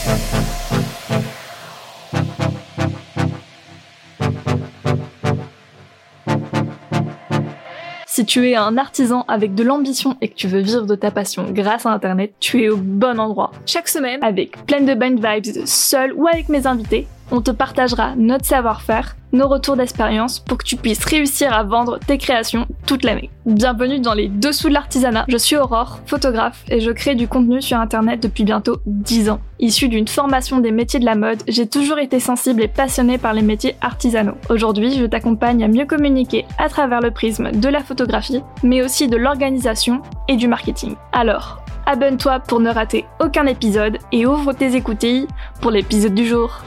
Si tu es un artisan avec de l'ambition et que tu veux vivre de ta passion grâce à Internet, tu es au bon endroit. Chaque semaine, avec pleine de bonnes vibes, seul ou avec mes invités, on te partagera notre savoir-faire, nos retours d'expérience pour que tu puisses réussir à vendre tes créations toute l'année. Bienvenue dans les dessous de l'artisanat. Je suis Aurore, photographe, et je crée du contenu sur Internet depuis bientôt 10 ans. Issue d'une formation des métiers de la mode, j'ai toujours été sensible et passionnée par les métiers artisanaux. Aujourd'hui, je t'accompagne à mieux communiquer à travers le prisme de la photographie, mais aussi de l'organisation et du marketing. Alors, abonne-toi pour ne rater aucun épisode et ouvre tes écoutilles pour l'épisode du jour.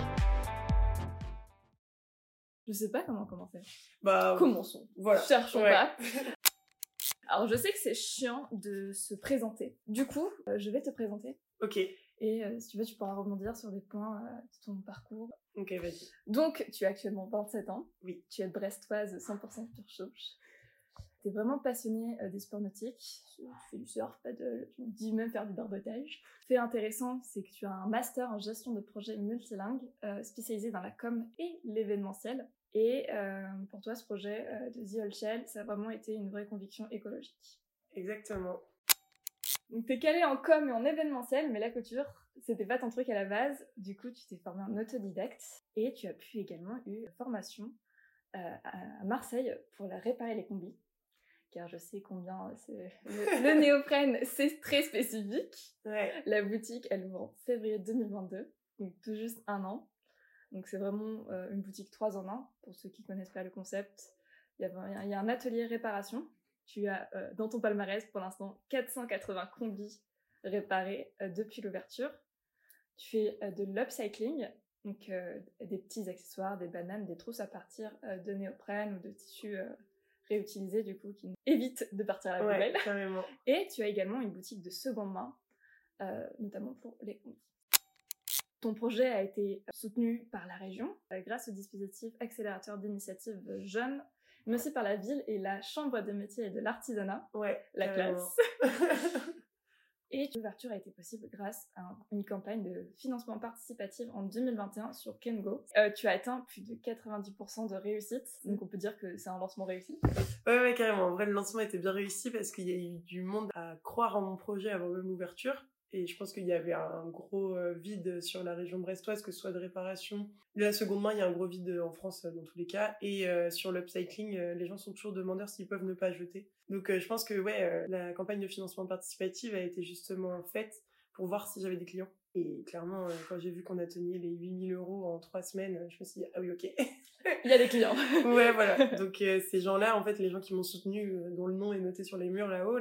Je sais pas comment commencer. Commençons. Voilà. Cherchons pas. Alors, je sais que c'est chiant de se présenter. Du coup, je vais te présenter. Ok. Et si tu veux, tu pourras rebondir sur des points de ton parcours. Ok, vas-y. Donc, tu as actuellement 27 ans. Oui. Tu es brestoise 100% pure souche. Tu es vraiment passionnée des sports nautiques. Tu fais du surf, paddle, tu me dis même faire du barbotage. Fait intéressant, c'est que tu as un master en gestion de projets multilingues spécialisé dans la com et l'événementiel. Et pour toi, ce projet de The Old Shell, ça a vraiment été une vraie conviction écologique. Exactement. Donc t'es calée en com et en événementiel, mais la couture, c'était pas ton truc à la base. Du coup, tu t'es formée en autodidacte et tu as pu également eu une formation à Marseille pour réparer les combis. Car je sais combien le néoprène, c'est très spécifique. Ouais. La boutique, elle ouvre en février 2022, donc tout juste 1 an. Donc c'est vraiment une boutique 3 en 1. Pour ceux qui connaissent pas le concept, il y a un atelier réparation. Tu as dans ton palmarès pour l'instant 480 combis réparés depuis l'ouverture. Tu fais de l'upcycling, donc des petits accessoires, des bananes, des trousses à partir de néoprène ou de tissus réutilisés du coup qui évitent de partir à la poubelle. Ouais, carrément. Et tu as également une boutique de seconde main, notamment pour les combis. Ton projet a été soutenu par la région grâce au dispositif accélérateur d'initiatives jeunes, mais aussi par la ville et la chambre des métiers et de l'artisanat, la classe. Et l'ouverture a été possible grâce à une campagne de financement participatif en 2021 sur Kengo. Tu as atteint plus de 90% de réussite, donc on peut dire que c'est un lancement réussi. Ouais, carrément. En vrai, le lancement était bien réussi parce qu'il y a eu du monde à croire en mon projet avant même l'ouverture. Et je pense qu'il y avait un gros vide sur la région brestoise, que ce soit de réparation. De la seconde main, il y a un gros vide en France dans tous les cas. Et sur l'upcycling, les gens sont toujours demandeurs s'ils peuvent ne pas jeter. Donc je pense que la campagne de financement participatif a été justement faite pour voir si j'avais des clients. Et clairement, quand j'ai vu qu'on atteignait les 8 000 € en 3 semaines, je me suis dit, ah oui, ok. Il y a des clients. Ouais, voilà. Donc ces gens-là, en fait, les gens qui m'ont soutenu, dont le nom est noté sur les murs là-haut,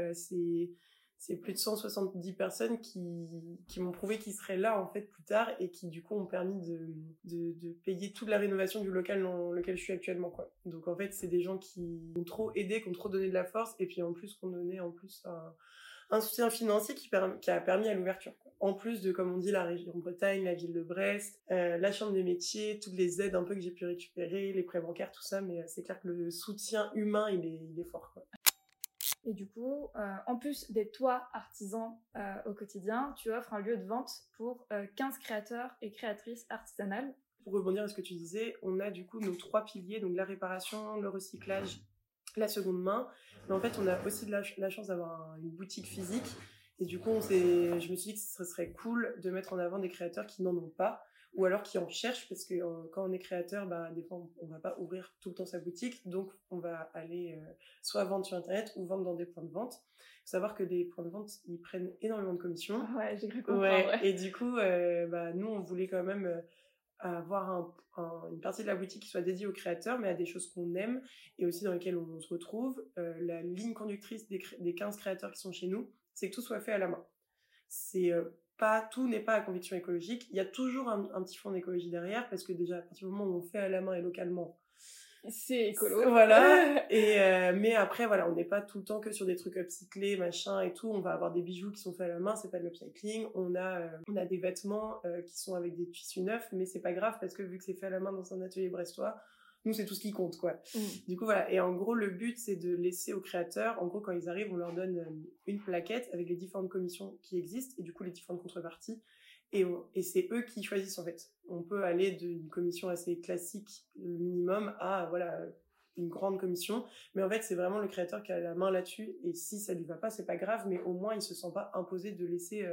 c'est plus de 170 personnes qui m'ont prouvé qu'ils seraient là en fait plus tard et qui du coup ont permis de payer toute la rénovation du local dans lequel je suis actuellement, quoi. Donc en fait c'est des gens qui ont trop aidé, qui ont trop donné de la force et puis en plus qu'on donnait en plus un soutien financier qui a permis à l'ouverture, quoi. En plus de, comme on dit, la région Bretagne, la ville de Brest, la chambre des métiers, toutes les aides un peu que j'ai pu récupérer, les prêts bancaires, tout ça, mais c'est clair que le soutien humain il est fort, quoi. Et du coup, en plus d'être toi artisan au quotidien, tu offres un lieu de vente pour 15 créateurs et créatrices artisanales. Pour rebondir à ce que tu disais, on a du coup nos 3 piliers, donc la réparation, le recyclage, la seconde main. Mais en fait, on a aussi la chance d'avoir une boutique physique. Et du coup, je me suis dit que ce serait cool de mettre en avant des créateurs qui n'en ont pas, ou alors qui en cherchent, parce que quand on est créateur, des fois on va pas ouvrir tout le temps sa boutique, donc on va aller soit vendre sur internet ou vendre dans des points de vente. Faut savoir que les points de vente ils prennent énormément de commissions. Ouais, j'ai cru comprendre. Ouais. Et du coup nous on voulait quand même avoir une partie de la boutique qui soit dédiée aux créateurs, mais à des choses qu'on aime et aussi dans lesquelles on se retrouve. La ligne conductrice des 15 créateurs qui sont chez nous, c'est que tout soit fait à la main. Tout n'est pas à conviction écologique. Il y a toujours un petit fond d'écologie derrière, parce que déjà, à partir du moment où on fait à la main et localement, c'est écolo. Voilà. Mais après, voilà, on n'est pas tout le temps que sur des trucs upcyclés, machin et tout. On va avoir des bijoux qui sont faits à la main, c'est pas de l'upcycling. On a des vêtements qui sont avec des tissus neufs, mais c'est pas grave parce que vu que c'est fait à la main dans un atelier brestois, nous, c'est tout ce qui compte, quoi. Du coup, voilà. Et en gros, le but, c'est de laisser aux créateurs, en gros, quand ils arrivent, on leur donne une plaquette avec les différentes commissions qui existent et du coup, les différentes contreparties. et c'est eux qui choisissent en fait. On peut aller d'une commission assez classique, le minimum, à voilà une grande commission, mais en fait c'est vraiment le créateur qui a la main là-dessus, et si ça lui va pas, c'est pas grave, mais au moins il se sent pas imposé de laisser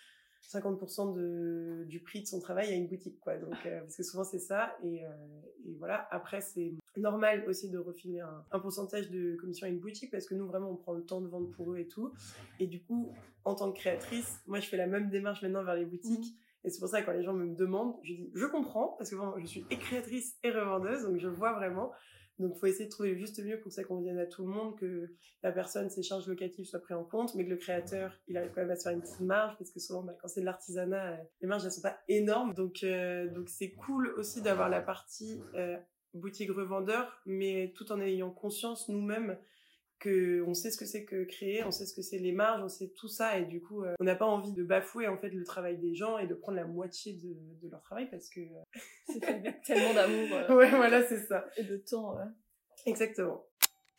50% du prix de son travail à une boutique, quoi. Donc parce que souvent c'est ça, et voilà. Après c'est normal aussi de refiler un pourcentage de commission à une boutique, parce que nous vraiment on prend le temps de vendre pour eux et tout, et du coup en tant que créatrice, moi je fais la même démarche maintenant vers les boutiques. Et c'est pour ça que quand les gens me demandent, je dis je comprends, parce que vraiment je suis et créatrice et revendeuse, donc je vois vraiment. Donc, il faut essayer de trouver le juste milieu pour que ça convienne à tout le monde, que la personne, ses charges locatives soient prises en compte, mais que le créateur, il arrive quand même à se faire une petite marge, parce que souvent, quand c'est de l'artisanat, les marges, elles sont pas énormes. Donc c'est cool aussi d'avoir la partie boutique revendeur, mais tout en ayant conscience nous-mêmes qu'on sait ce que c'est que créer, on sait ce que c'est les marges, on sait tout ça, et du coup, on n'a pas envie de bafouer en fait le travail des gens et de prendre la moitié de leur travail, parce que c'est fait avec tellement d'amour. Ouais, voilà, c'est ça. Et de temps. Exactement.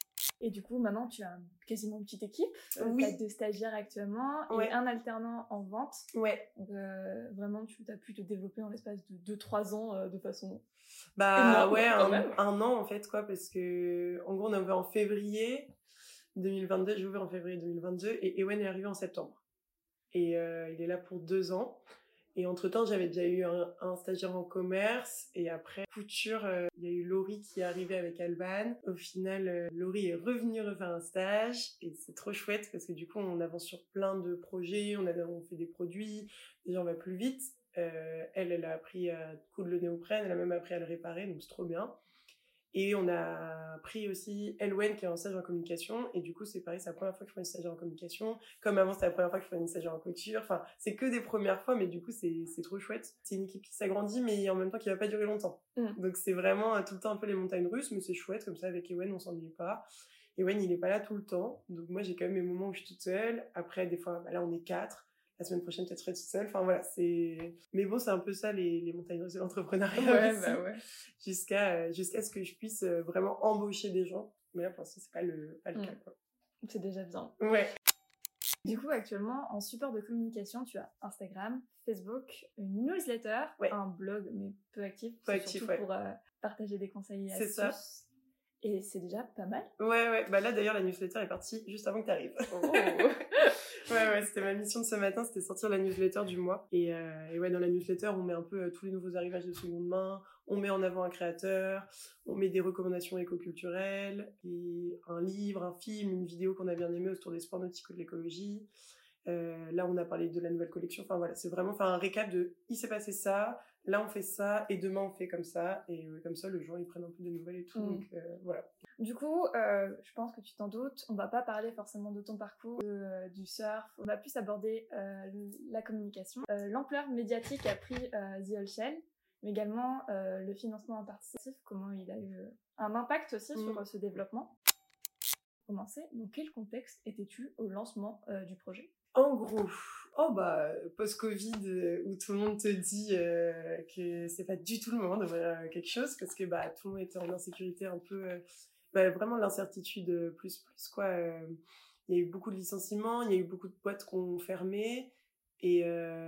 Et du coup, maintenant, tu as quasiment une petite équipe. Oui. Tu as 2 stagiaires actuellement et un alternant en vente. Ouais. Donc, vraiment, tu as pu te développer en l'espace de 2-3 ans de façon énorme, ouais, un an en fait, quoi, parce que en gros, on a ouvert en février 2022, j'ai ouvert en février 2022, et Ewen est arrivé en septembre. Et il est là pour 2 ans. Et entre-temps, j'avais déjà eu un stagiaire en commerce, et après couture, il y a eu Laurie qui est arrivée avec Alban. Au final, Laurie est revenue refaire un stage, et c'est trop chouette parce que du coup, on avance sur plein de projets, on fait des produits, déjà on va plus vite. Elle a appris à coudre le néoprène, elle a même appris à le réparer, donc c'est trop bien. Et on a pris aussi Elwen qui est en stage en communication, et du coup c'est pareil, c'est la première fois que je fais une stagiaire en communication, comme avant c'était la première fois que je fais une stagiaire en couture, enfin c'est que des premières fois, mais du coup c'est trop chouette. C'est une équipe qui s'agrandit, mais en même temps qui va pas durer longtemps. Donc c'est vraiment tout le temps un peu les montagnes russes, mais c'est chouette, comme ça avec Ewen on s'ennuie pas. Ewen il est pas là tout le temps, donc moi j'ai quand même mes moments où je suis toute seule. Après des fois là on est 4. La semaine prochaine, peut-être, je serai toute seule. Enfin, voilà, c'est... Mais bon, c'est un peu ça, les montagnes russes de l'entrepreneuriat aussi. Ouais. Jusqu'à ce que je puisse vraiment embaucher des gens. Mais là, pour l'instant, c'est pas le cas, quoi. C'est déjà bien. Ouais. Du coup, actuellement, en support de communication, tu as Instagram, Facebook, une newsletter, un blog, mais peu actif. Surtout pour partager des conseils et astuces. C'est ça. Et c'est déjà pas mal. Ouais. Bah là, d'ailleurs, la newsletter est partie juste avant que t'arrives. Oh. Ouais, c'était ma mission de ce matin, c'était sortir la newsletter du mois. Et ouais, dans la newsletter, on met un peu tous les nouveaux arrivages de seconde main, on met en avant un créateur, on met des recommandations éco-culturelles, et un livre, un film, une vidéo qu'on a bien aimé autour des sports nautiques ou de l'écologie. Là, on a parlé de la nouvelle collection. Enfin, voilà, c'est vraiment un récap de « il s'est passé ça », là on fait ça, et demain on fait comme ça, et comme ça les gens ils prennent un peu des nouvelles et tout, donc voilà. Du coup, je pense que tu t'en doutes, on va pas parler forcément de ton parcours, du surf, on va plus aborder la communication, l'ampleur médiatique qu'a pris The All Shell, mais également le financement participatif, comment il a eu un impact aussi sur ce développement. Commencer, dans quel contexte étais-tu au lancement du projet ? En gros, post-Covid, où tout le monde te dit que c'est pas du tout le moment d'ouvrir quelque chose, parce que tout le monde était en insécurité un peu, vraiment l'incertitude plus quoi. Il y a eu beaucoup de licenciements, il y a eu beaucoup de boîtes qui ont fermé, et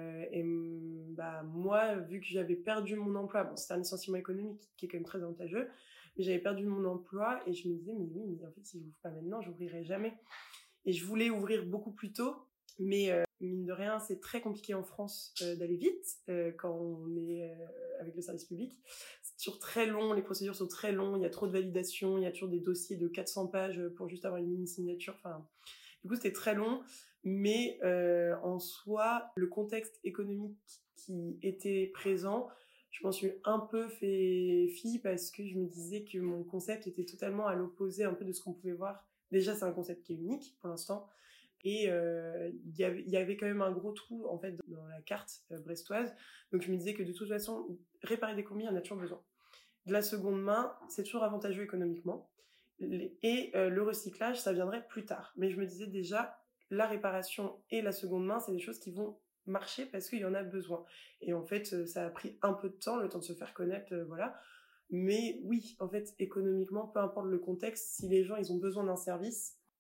moi, vu que j'avais perdu mon emploi, bon c'était un licenciement économique qui est quand même très avantageux, mais j'avais perdu mon emploi, et je me disais mais en fait si j'ouvre pas maintenant, j'ouvrirai jamais. Et je voulais ouvrir beaucoup plus tôt, mais mine de rien, c'est très compliqué en France d'aller vite quand on est avec le service public. C'est toujours très long, les procédures sont très longues, il y a trop de validations, il y a toujours des dossiers de 400 pages pour juste avoir une mini-signature. Enfin, du coup, c'était très long, mais en soi, le contexte économique qui était présent, je m'en suis un peu fait fi, parce que je me disais que mon concept était totalement à l'opposé un peu de ce qu'on pouvait voir. Déjà, c'est un concept qui est unique pour l'instant. Et il y avait quand même un gros trou en fait dans la carte brestoise. Donc je me disais que de toute façon, réparer des combis, on a toujours besoin. De la seconde main, c'est toujours avantageux économiquement. Et le recyclage, ça viendrait plus tard. Mais je me disais déjà, la réparation et la seconde main, c'est des choses qui vont marcher parce qu'il y en a besoin. Et en fait, ça a pris un peu de temps, le temps de se faire connaître, voilà. Mais oui, en fait, économiquement, peu importe le contexte, si les gens ils ont besoin d'un service,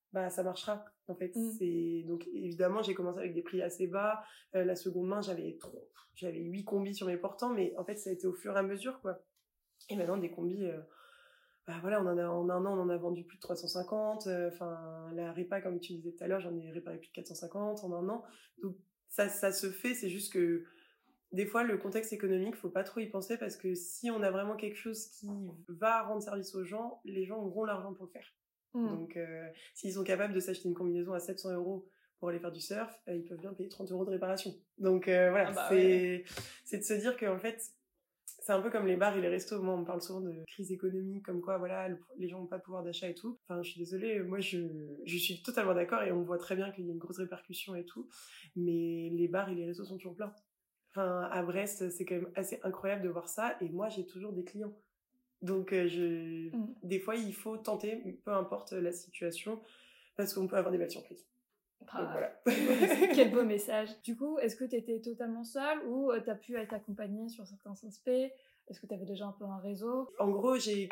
bah ça marchera en fait. Donc évidemment j'ai commencé avec des prix assez bas. La seconde main j'avais 8 combis sur mes portants, mais en fait ça a été au fur et à mesure quoi. Et maintenant des combis bah voilà, en un an on en a vendu plus de 350. La répa comme tu disais tout à l'heure, j'en ai réparé plus de 450 en un an. Donc ça se fait, c'est juste que des fois, le contexte économique, faut pas trop y penser parce que si on a vraiment quelque chose qui va rendre service aux gens, les gens auront l'argent pour le faire. Donc, s'ils sont capables de s'acheter une combinaison à 700 € pour aller faire du surf, ils peuvent bien payer 30 € de réparation. Donc, voilà, c'est de se dire qu'en fait, c'est un peu comme les bars et les restos. Moi, on me parle souvent de crise économique, comme quoi, voilà, les gens n'ont pas de pouvoir d'achat et tout. Enfin, je suis désolée, moi, je suis totalement d'accord et on voit très bien qu'il y a une grosse répercussion et tout. Mais les bars et les restos sont toujours pleins. Enfin, à Brest, c'est quand même assez incroyable de voir ça. Et moi, j'ai toujours des clients. Donc, des fois, il faut tenter, peu importe la situation, parce qu'on peut avoir des belles surprises. Donc, voilà. Quel beau message. Du coup, est-ce que tu étais totalement seule ou tu as pu être accompagnée sur certains aspects? Est-ce que tu avais déjà un peu un réseau? En gros, j'ai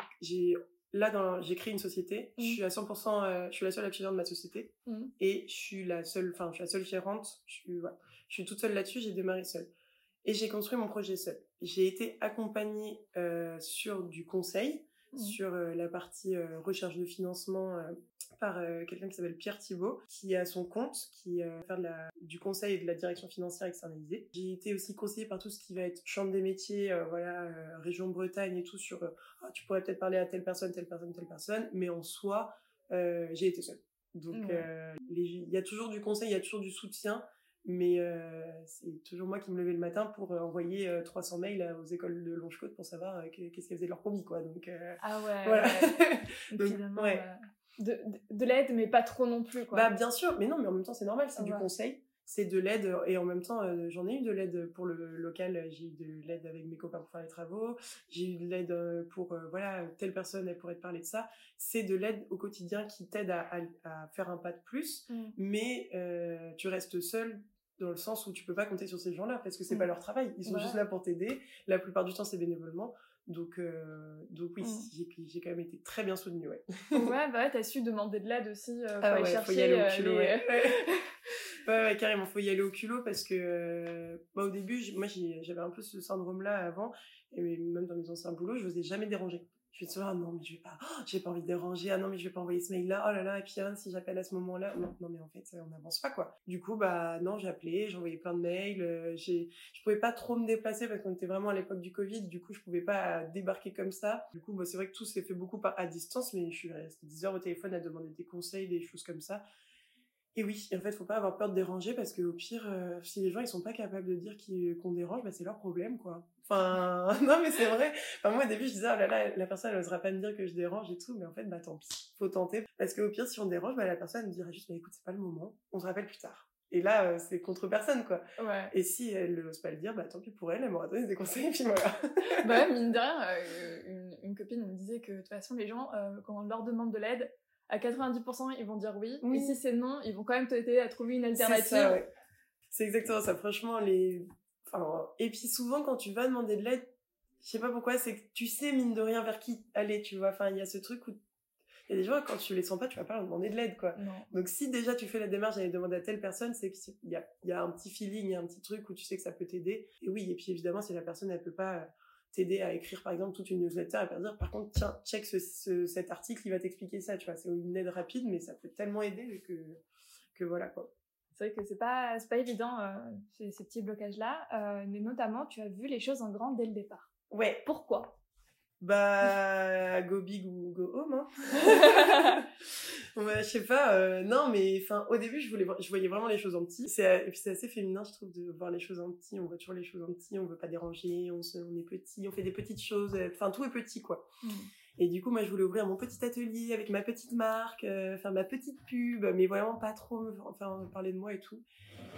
créé une société. Je suis à 100%, je suis la seule actionnaire de ma société. Et je suis la seule gérante. Je suis toute seule là-dessus, j'ai démarré seule. Et j'ai construit mon projet seule. J'ai été accompagnée sur du conseil, sur la partie recherche de financement par quelqu'un qui s'appelle Pierre Thibault, qui a son compte, qui va faire du conseil et de la direction financière externalisée. J'ai été aussi conseillée par tout ce qui va être chambre des métiers, région Bretagne et tout, sur tu pourrais peut-être parler à telle personne, mais en soi, j'ai été seule. Donc il y a toujours du conseil, il y a toujours du soutien, mais c'est toujours moi qui me levais le matin pour envoyer 300 mails aux écoles de Longe-Côte pour savoir qu'est-ce qu'elles faisaient de leur commis, quoi. Donc voilà. Donc, finalement, de l'aide, mais pas trop non plus, quoi. Bah bien sûr, mais non, mais en même temps c'est normal, c'est du conseil, c'est de l'aide, et en même temps j'en ai eu de l'aide pour le local, j'ai eu de l'aide avec mes copains pour faire les travaux, j'ai eu de l'aide pour telle personne elle pourrait te parler de ça. C'est de l'aide au quotidien qui t'aide à faire un pas de plus, mais tu restes seul dans le sens où tu peux pas compter sur ces gens-là parce que c'est pas leur travail, ils sont juste là pour t'aider, la plupart du temps c'est bénévolement. Donc oui, j'ai quand même été très bien soutenue, T'as su demander de l'aide aussi, faut y aller au culot, ouais, carrément, faut y aller au culot parce que au début, j'avais un peu ce syndrome-là avant, et même dans mes anciens boulots, je n'osais jamais déranger. Je me disais, ah non, mais j'ai pas envie de déranger, ah non, mais je vais pas envoyer ce mail-là, oh là là, et puis si j'appelle à ce moment-là, non, mais en fait, on n'avance pas, quoi. Du coup, non, j'appelais, j'envoyais plein de mails, je pouvais pas trop me déplacer parce qu'on était vraiment à l'époque du Covid, du coup, je pouvais pas débarquer comme ça. Du coup, c'est vrai que tout s'est fait beaucoup à distance, mais je suis restée 10 heures au téléphone à demander des conseils, des choses comme ça. Et oui, en fait, faut pas avoir peur de déranger parce que au pire, si les gens ils sont pas capables de dire qu'on dérange, c'est leur problème, quoi. Enfin, non, mais c'est vrai. Enfin, moi, au début, je disais, oh là là, la personne, elle osera pas me dire que je dérange et tout, mais en fait, tant pis, faut tenter. Parce qu'au pire, si on dérange, la personne me dira juste, écoute, c'est pas le moment, on se rappelle plus tard. Et là, c'est contre personne, quoi. Ouais. Et si elle n'ose pas le dire, tant pis pour elle, elle m'aura donné des conseils, et puis voilà. Mine de rien, une copine me disait que de toute façon, les gens, quand on leur demande de l'aide, à 90%, ils vont dire oui. Et si c'est non, ils vont quand même t'aider à trouver une alternative. C'est ça, ouais. C'est exactement ça. Franchement, et puis souvent, quand tu vas demander de l'aide, je sais pas pourquoi, c'est que tu sais, mine de rien, vers qui aller, tu vois. Enfin, il y a ce truc où il y a des gens, quand tu les sens pas, tu vas pas leur demander de l'aide, quoi. Non. Donc, si déjà tu fais la démarche d'aller demander à telle personne, c'est qu'il y a un petit feeling, il y a un petit truc où tu sais que ça peut t'aider. Et oui, et puis évidemment, si la personne, elle peut pas t'aider à écrire par exemple toute une newsletter et pas dire par contre tiens check cet article, il va t'expliquer ça, tu vois, c'est une aide rapide mais ça peut tellement aider que voilà, quoi. C'est vrai que c'est pas évident ces petits blocages là, mais notamment tu as vu les choses en grand dès le départ. Ouais. Pourquoi? Go big ou go home, hein. Je sais pas, non, mais au début je voyais vraiment les choses en petit, et puis c'est assez féminin, je trouve, de voir les choses en petit. On voit toujours les choses en petit, on veut pas déranger, on est petit, on fait des petites choses, tout est petit, quoi. Et du coup, moi, je voulais ouvrir mon petit atelier avec ma petite marque, faire ma petite pub, mais vraiment pas trop parler de moi et tout.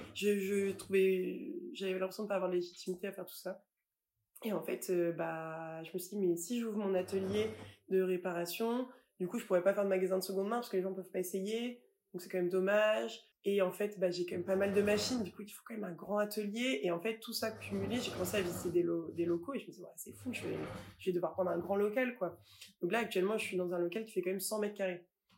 J'avais l'impression de pas avoir de légitimité à faire tout ça. Et en fait, je me suis dit, mais si j'ouvre mon atelier de réparation, du coup, je pourrais pas faire de magasin de seconde main parce que les gens peuvent pas essayer, donc c'est quand même dommage. Et en fait, j'ai quand même pas mal de machines, du coup, il faut quand même un grand atelier. Et en fait, tout ça cumulé, j'ai commencé à visiter des locaux et je me suis dit, c'est fou, je vais devoir prendre un grand local, quoi. Donc là, actuellement, je suis dans un local qui fait quand même 100 mètres carrés.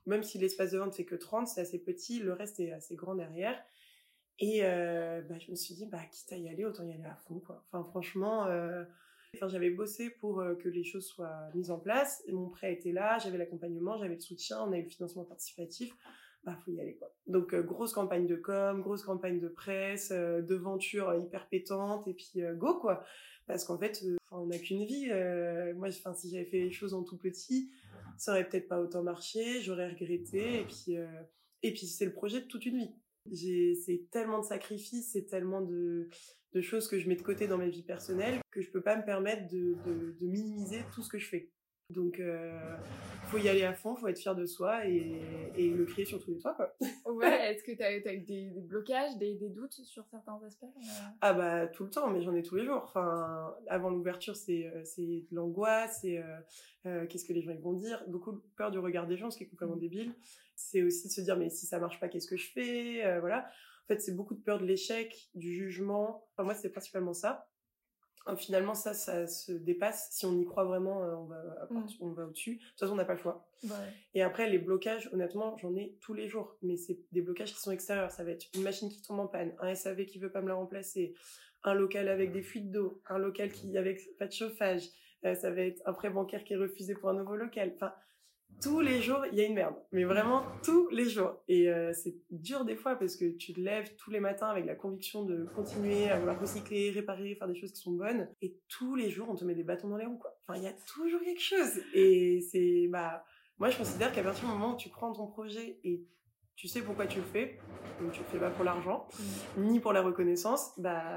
Même si l'espace de vente fait que 30, c'est assez petit, le reste est assez grand derrière. Et je me suis dit, quitte à y aller, autant y aller à fond, quoi. Enfin, franchement, j'avais bossé pour que les choses soient mises en place. Et mon prêt était là, j'avais l'accompagnement, j'avais le soutien, on a eu le financement participatif. Faut y aller, quoi. Donc, grosse campagne de com, grosse campagne de presse, devanture hyper pétante, et puis go, quoi. Parce qu'en fait, on n'a qu'une vie. Moi, si j'avais fait les choses en tout petit, ça aurait peut-être pas autant marché, j'aurais regretté, et puis c'est le projet de toute une vie. C'est tellement de sacrifices, c'est tellement de choses que je mets de côté dans ma vie personnelle que je peux pas me permettre de minimiser tout ce que je fais. Donc, faut y aller à fond, faut être fier de soi et le crier sur tous les toits, quoi. Ouais, est-ce que t'as eu des blocages, des doutes sur certains aspects Tout le temps, mais j'en ai tous les jours. Enfin, avant l'ouverture, c'est de l'angoisse, c'est qu'est-ce que les gens ils vont dire, beaucoup de peur du regard des gens, ce qui est complètement débile. C'est aussi de se dire, mais si ça marche pas, qu'est-ce que je fais, voilà. En fait, c'est beaucoup de peur de l'échec, du jugement. Enfin, moi, c'est principalement ça. Finalement, ça se dépasse. Si on y croit vraiment, on va au-dessus. De toute façon, on n'a pas le choix. Ouais. Et après, les blocages, honnêtement, j'en ai tous les jours. Mais c'est des blocages qui sont extérieurs. Ça va être une machine qui tombe en panne, un SAV qui veut pas me la remplacer, un local avec des fuites d'eau, un local avec pas de chauffage. Ça va être un prêt bancaire qui est refusé pour un nouveau local. Enfin, tous les jours, il y a une merde. Mais vraiment, tous les jours. Et c'est dur des fois parce que tu te lèves tous les matins avec la conviction de continuer à vouloir recycler, réparer, faire des choses qui sont bonnes. Et tous les jours, on te met des bâtons dans les roues, quoi. Enfin, il y a toujours quelque chose. Et c'est, moi, je considère qu'à partir du moment où tu prends ton projet et tu sais pourquoi tu le fais, donc tu le fais pas pour l'argent, ni pour la reconnaissance,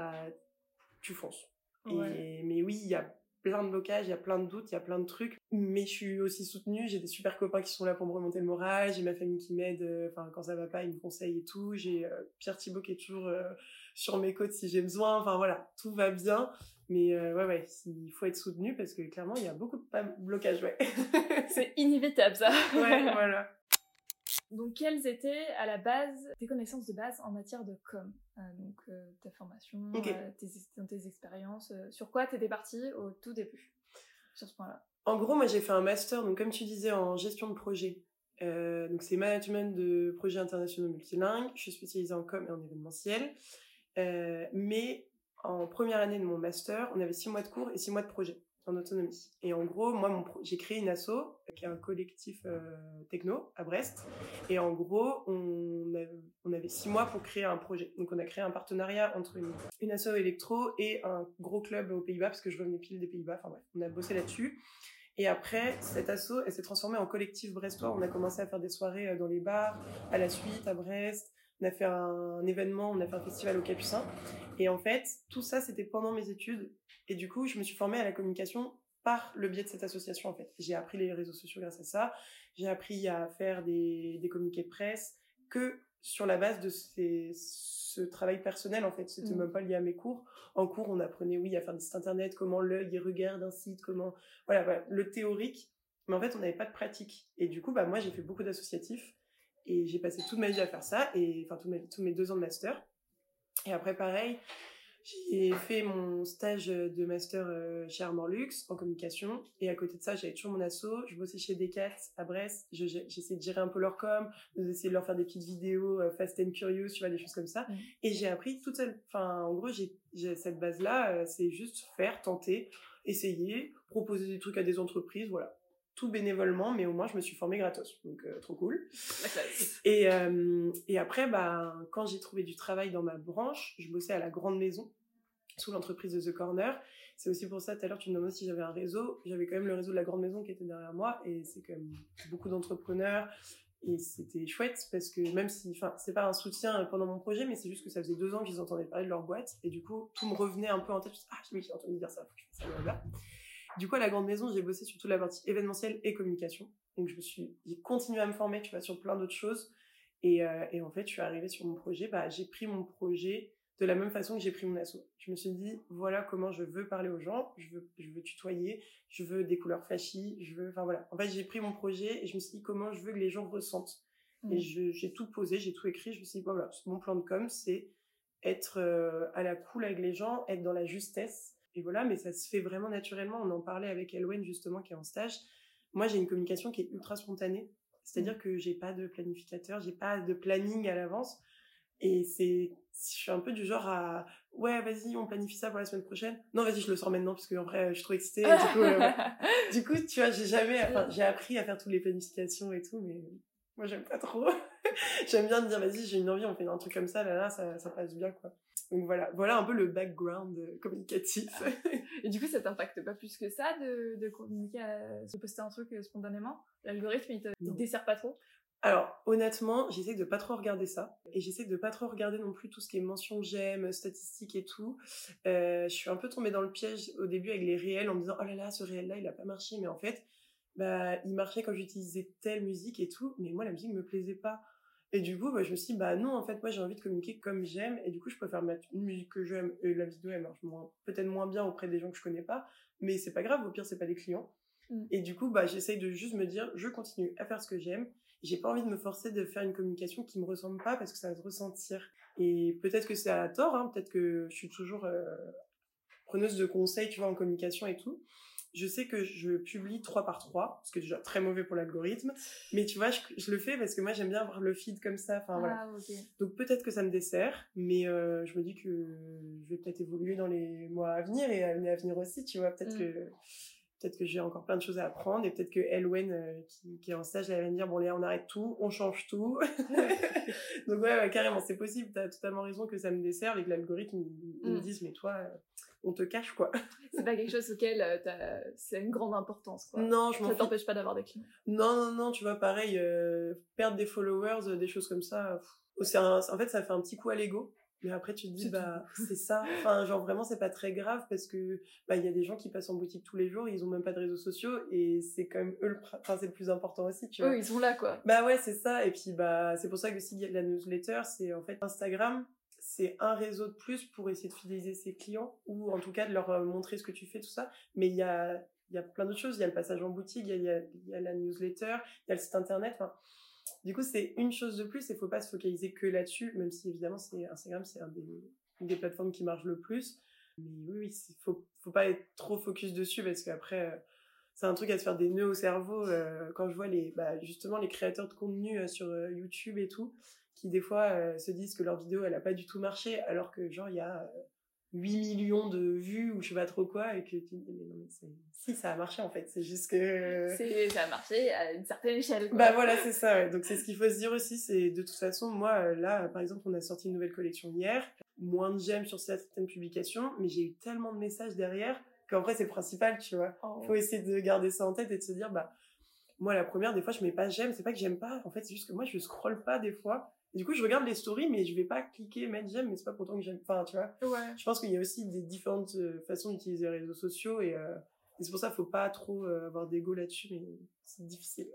tu fonces. Ouais. Mais oui, il y a plein de blocages, il y a plein de doutes, il y a plein de trucs, mais je suis aussi soutenue, j'ai des super copains qui sont là pour me remonter le moral, j'ai ma famille qui m'aide, quand ça va pas, ils me conseillent et tout, j'ai Pierre Thibault qui est toujours sur mes côtes si j'ai besoin, enfin voilà, tout va bien, mais il faut être soutenu parce que clairement il y a beaucoup de blocages, ouais. C'est inévitable ça. Ouais, voilà. Donc, quelles étaient à la base tes connaissances de base en matière de com? Ta formation, Okay. tes expériences, sur quoi t'étais partie au tout début sur ce point-là? En gros, moi j'ai fait un master, donc comme tu disais, en gestion de projet. Donc c'est management de projets internationaux multilingues. Je suis spécialisée en com et en événementiel. Mais en première année de mon master, on avait 6 mois de cours et 6 mois de projet en autonomie. Et en gros, moi, j'ai créé une asso, qui est un collectif techno à Brest. Et en gros, on avait 6 mois pour créer un projet. Donc on a créé un partenariat entre une asso électro et un gros club aux Pays-Bas, parce que je revenais pile des Pays-Bas. Enfin bref, on a bossé là-dessus. Et après, cette asso, elle s'est transformée en collectif brestois. On a commencé à faire des soirées dans les bars, à la suite, à Brest. On a fait un événement, on a fait un festival au Capucin. Et en fait, tout ça, c'était pendant mes études. Et du coup, je me suis formée à la communication par le biais de cette association, en fait. J'ai appris les réseaux sociaux grâce à ça. J'ai appris à faire des communiqués de presse que sur la base de ce travail personnel, en fait. C'était même pas lié à mes cours. En cours, on apprenait, à faire des sites internet, comment l'œil regarde un site, voilà, le théorique. Mais en fait, on n'avait pas de pratique. Et du coup, moi, j'ai fait beaucoup d'associatifs. Et j'ai passé toute ma vie à faire ça. Et enfin, tous mes 2 ans de master. Et après, pareil, j'ai fait mon stage de master chez Armor Luxe en communication. Et à côté de ça, j'avais toujours mon asso. Je bossais chez Decat à Brest. J'essayais de gérer un peu leur com, d'essayer de leur faire des petites vidéos Fast and Curious, tu vois, des choses comme ça. Et j'ai appris toute seule. Enfin, en gros, j'ai cette base-là. C'est juste faire, tenter, essayer, proposer des trucs à des entreprises, voilà. Tout bénévolement, mais au moins je me suis formée gratos, donc trop cool. La classe. Et après, quand j'ai trouvé du travail dans ma branche, je bossais à la grande maison, sous l'entreprise de The Corner. C'est aussi pour ça, tout à l'heure, tu me demandais si j'avais un réseau. J'avais quand même le réseau de la grande maison qui était derrière moi, et c'est quand même beaucoup d'entrepreneurs, et c'était chouette, parce que même si, c'est pas un soutien pendant mon projet, mais c'est juste que ça faisait 2 ans qu'ils entendaient parler de leur boîte, et du coup, tout me revenait un peu en tête. Je me suis j'ai entendu dire ça, faut que je fasse ça là-bas. Du coup, à la grande maison, j'ai bossé sur toute la partie événementielle et communication. Donc, j'ai continué à me former, tu vois, sur plein d'autres choses. Et en fait, je suis arrivée sur mon projet. J'ai pris mon projet de la même façon que j'ai pris mon asso. Je me suis dit, voilà comment je veux parler aux gens. Je veux tutoyer. Je veux des couleurs flashy. Voilà. En fait, j'ai pris mon projet et je me suis dit comment je veux que les gens ressentent. Et j'ai tout posé, j'ai tout écrit. Je me suis dit, voilà, mon plan de com, c'est être à la cool avec les gens, être dans la justesse. Et voilà, mais ça se fait vraiment naturellement. On en parlait avec Elwen, justement, qui est en stage. Moi, j'ai une communication qui est ultra spontanée. C'est-à-dire que j'ai pas de planificateur, j'ai pas de planning à l'avance. Et je suis un peu du genre à, ouais, vas-y, on planifie ça pour la semaine prochaine. Non, vas-y, je le sors maintenant, parce qu'en vrai, je suis trop excitée. Du coup, tu vois, j'ai appris à faire toutes les planifications et tout, mais moi, j'aime pas trop. J'aime bien me dire, vas-y, j'ai une envie, on fait un truc comme ça, là, ça passe bien, quoi. Donc voilà un peu le background communicatif. Et du coup, ça t'impacte pas plus que ça de communiquer, de poster un truc spontanément? L'algorithme, il te dessert pas trop? Alors, honnêtement, j'essaie de pas trop regarder ça. Et j'essaie de pas trop regarder non plus tout ce qui est mention j'aime, statistiques et tout. Je suis un peu tombée dans le piège au début avec les réels en me disant, oh là là, ce réel-là, il a pas marché. Mais en fait, il marchait quand j'utilisais telle musique et tout. Mais moi, la musique me plaisait pas. Et du coup, je me suis dit, non, en fait, moi, j'ai envie de communiquer comme j'aime. Et du coup, je préfère mettre une musique que j'aime. Et la vidéo, elle marche peut-être moins bien auprès des gens que je connais pas. Mais c'est pas grave, au pire, c'est pas des clients. Et du coup, j'essaye de juste me dire, je continue à faire ce que j'aime. J'ai pas envie de me forcer de faire une communication qui me ressemble pas parce que ça va se ressentir. Et peut-être que c'est à tort, hein, peut-être que je suis toujours preneuse de conseils, tu vois, en communication et tout. Je sais que je publie 3 par 3, ce qui est déjà très mauvais pour l'algorithme. Mais tu vois, je le fais parce que moi, j'aime bien avoir le feed comme ça. Enfin, voilà. Okay. Donc peut-être que ça me dessert, mais je me dis que je vais peut-être évoluer dans les mois à venir et l'année à venir aussi, tu vois. Peut-être que j'ai encore plein de choses à apprendre et peut-être que Elwen qui est en stage, elle va me dire bon Léa, on arrête tout, on change tout. Donc ouais, carrément, c'est possible, t'as totalement raison que ça me dessert et que l'algorithme ils me disent mais toi on te cache quoi. C'est pas quelque chose auquel c'est une grande importance quoi. Non, ça t'empêche pas d'avoir des clients. Non, tu vois pareil, perdre des followers, des choses comme ça, en fait ça fait un petit coup à l'ego. Mais après, tu te dis, c'est ça. Enfin, genre, vraiment, c'est pas très grave parce que, il y a des gens qui passent en boutique tous les jours, ils ont même pas de réseaux sociaux et c'est quand même eux c'est le plus important aussi, tu vois. Eux, ils sont là, quoi. Ouais, c'est ça. Et puis, c'est pour ça que aussi, la newsletter, c'est en fait Instagram, c'est un réseau de plus pour essayer de fidéliser ses clients ou en tout cas de leur montrer ce que tu fais, tout ça. Mais il y a plein d'autres choses. Il y a le passage en boutique, il y a la newsletter, il y a le site internet, enfin. Du coup, c'est une chose de plus et il faut pas se focaliser que là-dessus, même si évidemment, Instagram, c'est une des plateformes qui marche le plus. Mais oui, faut pas être trop focus dessus parce qu'après, c'est un truc à se faire des nœuds au cerveau. Quand je vois justement les créateurs de contenu sur YouTube et tout, qui des fois se disent que leur vidéo, elle a pas du tout marché, alors que genre, il y a 8 millions de vues ou je sais pas trop quoi et que tu te dis mais non mais si ça a marché en fait, c'est juste que ça a marché à une certaine échelle quoi. Voilà, c'est ça, ouais. Donc c'est ce qu'il faut se dire aussi, c'est de toute façon moi là par exemple on a sorti une nouvelle collection hier, moins de j'aime sur certaines publications mais j'ai eu tellement de messages derrière qu'en vrai c'est le principal, tu vois. Faut essayer de garder ça en tête et de se dire moi la première des fois je mets pas j'aime, c'est pas que j'aime pas, en fait c'est juste que moi je scrolle pas des fois. Du coup, je regarde les stories, mais je vais pas cliquer, mettre j'aime, mais c'est pas pourtant que j'aime. Enfin, tu vois. Ouais. Je pense qu'il y a aussi des différentes façons d'utiliser les réseaux sociaux et c'est pour ça qu'il faut pas trop avoir d'ego là-dessus, mais c'est difficile.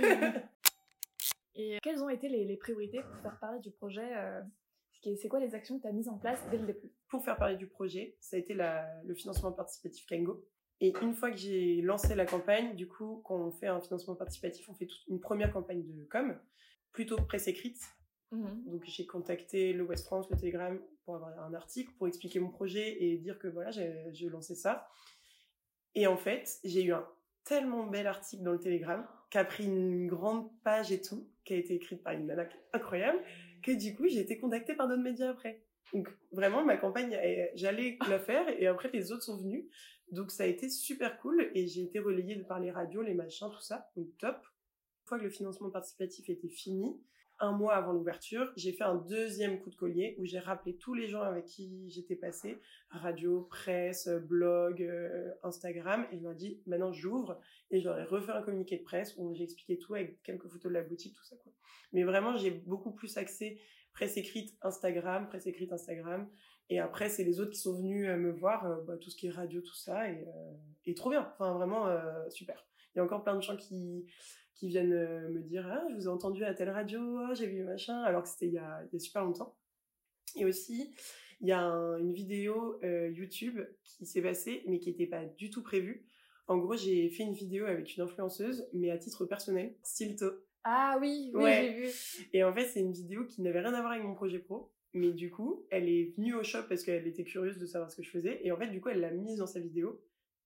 Et quelles ont été les priorités pour faire parler du projet c'est quoi les actions que tu as mises en place dès le début? Pour faire parler du projet, ça a été le financement participatif Kango. Et une fois que j'ai lancé la campagne, du coup, quand on fait un financement participatif, on fait toute une première campagne de com, plutôt presse écrite. Donc j'ai contacté le West France, le Telegram pour avoir un article, pour expliquer mon projet et dire que voilà, j'ai lancé ça. Et en fait, j'ai eu un tellement bel article dans le Telegram qui a pris une grande page et tout, qui a été écrite par une nana incroyable, que du coup j'ai été contactée par d'autres médias après. Donc vraiment ma campagne, j'allais la faire et après les autres sont venus. Donc ça a été super cool et j'ai été relayée par les radios, les machins, tout ça. Donc top. Une fois que le financement participatif était fini, 1 mois avant l'ouverture, j'ai fait un deuxième coup de collier où j'ai rappelé tous les gens avec qui j'étais passée, radio, presse, blog, Instagram, et je leur ai dit maintenant j'ouvre, et je leur ai refait un communiqué de presse où j'ai expliqué tout avec quelques photos de la boutique, tout ça quoi. Mais vraiment j'ai beaucoup plus axé presse écrite Instagram, et après c'est les autres qui sont venus me voir, tout ce qui est radio, tout ça, et trop bien, enfin vraiment super. Il y a encore plein de gens qui viennent me dire je vous ai entendu à telle radio, j'ai vu machin, alors que c'était il y a super longtemps. Et aussi il y a une vidéo YouTube qui s'est passée mais qui n'était pas du tout prévue. En gros j'ai fait une vidéo avec une influenceuse mais à titre personnel, Stilto. Ah oui, ouais. J'ai vu. Et en fait c'est une vidéo qui n'avait rien à voir avec mon projet pro, mais du coup elle est venue au shop parce qu'elle était curieuse de savoir ce que je faisais et en fait du coup elle l'a mise dans sa vidéo.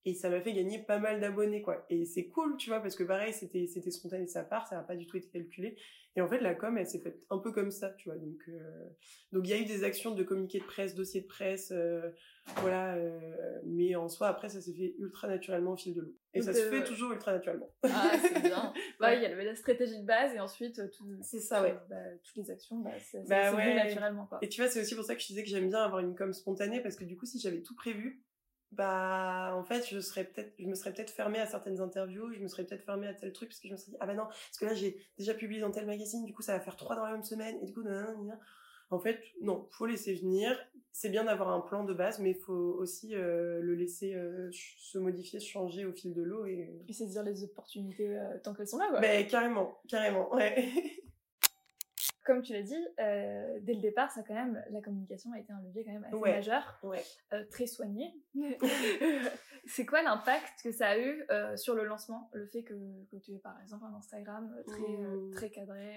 Et ça m'a fait gagner pas mal d'abonnés, quoi. Et c'est cool, tu vois, parce que pareil, c'était spontané de sa part, ça n'a pas du tout été calculé. Et en fait, la com, elle s'est faite un peu comme ça, tu vois. Donc il y a eu des actions de communiqué de presse, dossier de presse, voilà. Mais en soi, après, ça s'est fait ultra naturellement au fil de l'eau. Et donc, ça se fait toujours ultra naturellement. Ah, c'est bien. Ouais, il y avait la stratégie de base et ensuite, c'est ça, ouais. Toutes les actions, ça ouais. fait naturellement, quoi. Et tu vois, c'est aussi pour ça que je disais que j'aime bien avoir une com spontanée, parce que du coup, si j'avais tout prévu, en fait je me serais peut-être fermée à certaines interviews, je me serais peut-être fermée à tel truc, parce que je me serais dit ah bah non, parce que là j'ai déjà publié dans tel magazine, du coup ça va faire 3 dans la même semaine, et du coup en fait non, faut laisser venir. C'est bien d'avoir un plan de base, mais il faut aussi le laisser se modifier, se changer au fil de l'eau et saisir les opportunités tant qu'elles sont là, quoi. Carrément, ouais. Comme tu l'as dit, dès le départ, la communication a été un levier quand même assez majeur, très soigné. C'est quoi l'impact que ça a eu sur le lancement, le fait que tu aies par exemple un Instagram très cadré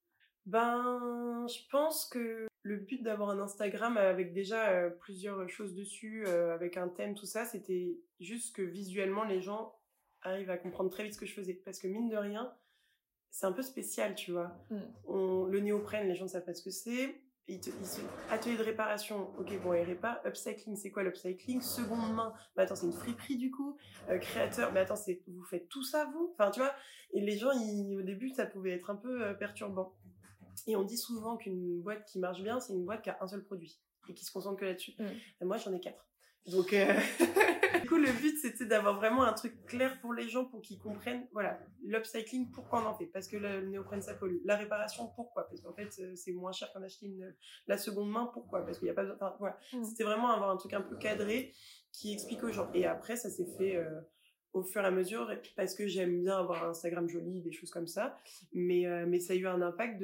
Je pense que le but d'avoir un Instagram avec déjà plusieurs choses dessus, avec un thème, tout ça, c'était juste que visuellement les gens arrivent à comprendre très vite ce que je faisais. Parce que mine de rien, c'est un peu spécial, tu vois. Le néoprène, les gens ne savent pas ce que c'est. Atelier de réparation, ok, bon, il répare. Upcycling, c'est quoi l'upcycling? Seconde main, mais attends, c'est une friperie du coup. Créateur, mais attends, vous faites tout ça, vous? Enfin, tu vois. Et les gens, au début, ça pouvait être un peu perturbant. Et on dit souvent qu'une boîte qui marche bien, c'est une boîte qui a un seul produit et qui se concentre que là-dessus. Et moi, j'en ai 4. Donc, du coup, le but, c'était d'avoir vraiment un truc clair pour les gens, pour qu'ils comprennent, voilà, l'upcycling, pourquoi on en fait? Parce que le néoprène, ça pollue. La réparation, pourquoi? Parce qu'en fait, c'est moins cher qu'en acheter la seconde main, pourquoi? Parce qu'il n'y a pas besoin, enfin, voilà. C'était vraiment avoir un truc un peu cadré qui explique aux gens. Et après, ça s'est fait au fur et à mesure, parce que j'aime bien avoir un Instagram joli, des choses comme ça. Mais ça a eu un impact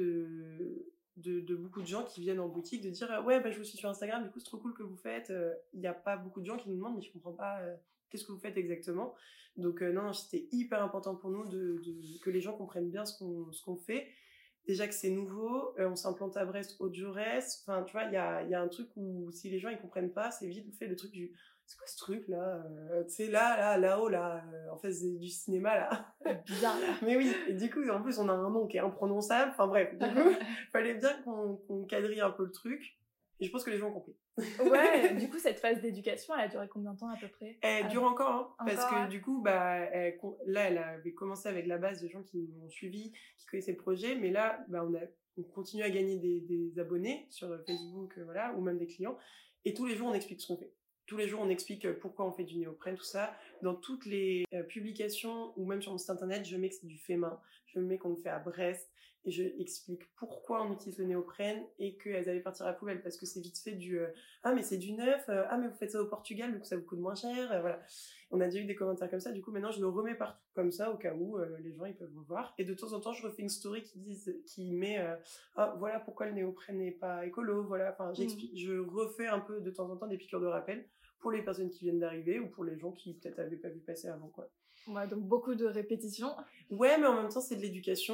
de beaucoup de gens qui viennent en boutique de dire je vous suis sur Instagram, du coup c'est trop cool que vous faites. Il n'y a pas beaucoup de gens qui nous demandent mais je comprends pas qu'est-ce que vous faites exactement. Donc non, c'était hyper important pour nous que les gens comprennent bien ce qu'on fait. Déjà que c'est nouveau, on s'implante à Brest, Haute-Jaurès, enfin tu vois, il y a un truc où si les gens ils comprennent pas, c'est vite fait le truc du c'est quoi ce truc là, tu sais là-haut là, en face du cinéma là. Bizarre là. Mais oui, et du coup en plus on a un nom qui est imprononçable, enfin bref, du coup fallait bien qu'on quadrille un peu le truc, et je pense que les gens ont compris. Ouais, du coup cette phase d'éducation elle a duré combien de temps à peu près? Elle dure encore, parce que du coup là elle avait commencé avec la base de gens qui m'ont suivi, qui connaissaient le projet, mais là on continue à gagner des abonnés sur Facebook, voilà, ou même des clients, et tous les jours on explique ce qu'on fait. Tous les jours, on explique pourquoi on fait du néoprène, tout ça. Dans toutes les publications, ou même sur mon site internet, je mets que c'est du fait main. Je mets qu'on le fait à Brest. Et je explique pourquoi on utilise le néoprène et qu'elles allaient partir à la poubelle. Parce que c'est vite fait ah, mais c'est du neuf. Ah, mais vous faites ça au Portugal, donc ça vous coûte moins cher. Voilà. On a déjà eu des commentaires comme ça. Du coup, maintenant, je le remets partout. Comme ça, au cas où les gens, ils peuvent revoir. Et de temps en temps, je refais une story qui met voilà pourquoi le néoprène n'est pas écolo. Voilà. Enfin, j'explique. Je refais un peu de temps en temps des piqûres de rappel pour les personnes qui viennent d'arriver ou pour les gens qui peut-être avaient pas vu passer avant, quoi. Ouais, donc beaucoup de répétitions. Ouais, mais en même temps, c'est de l'éducation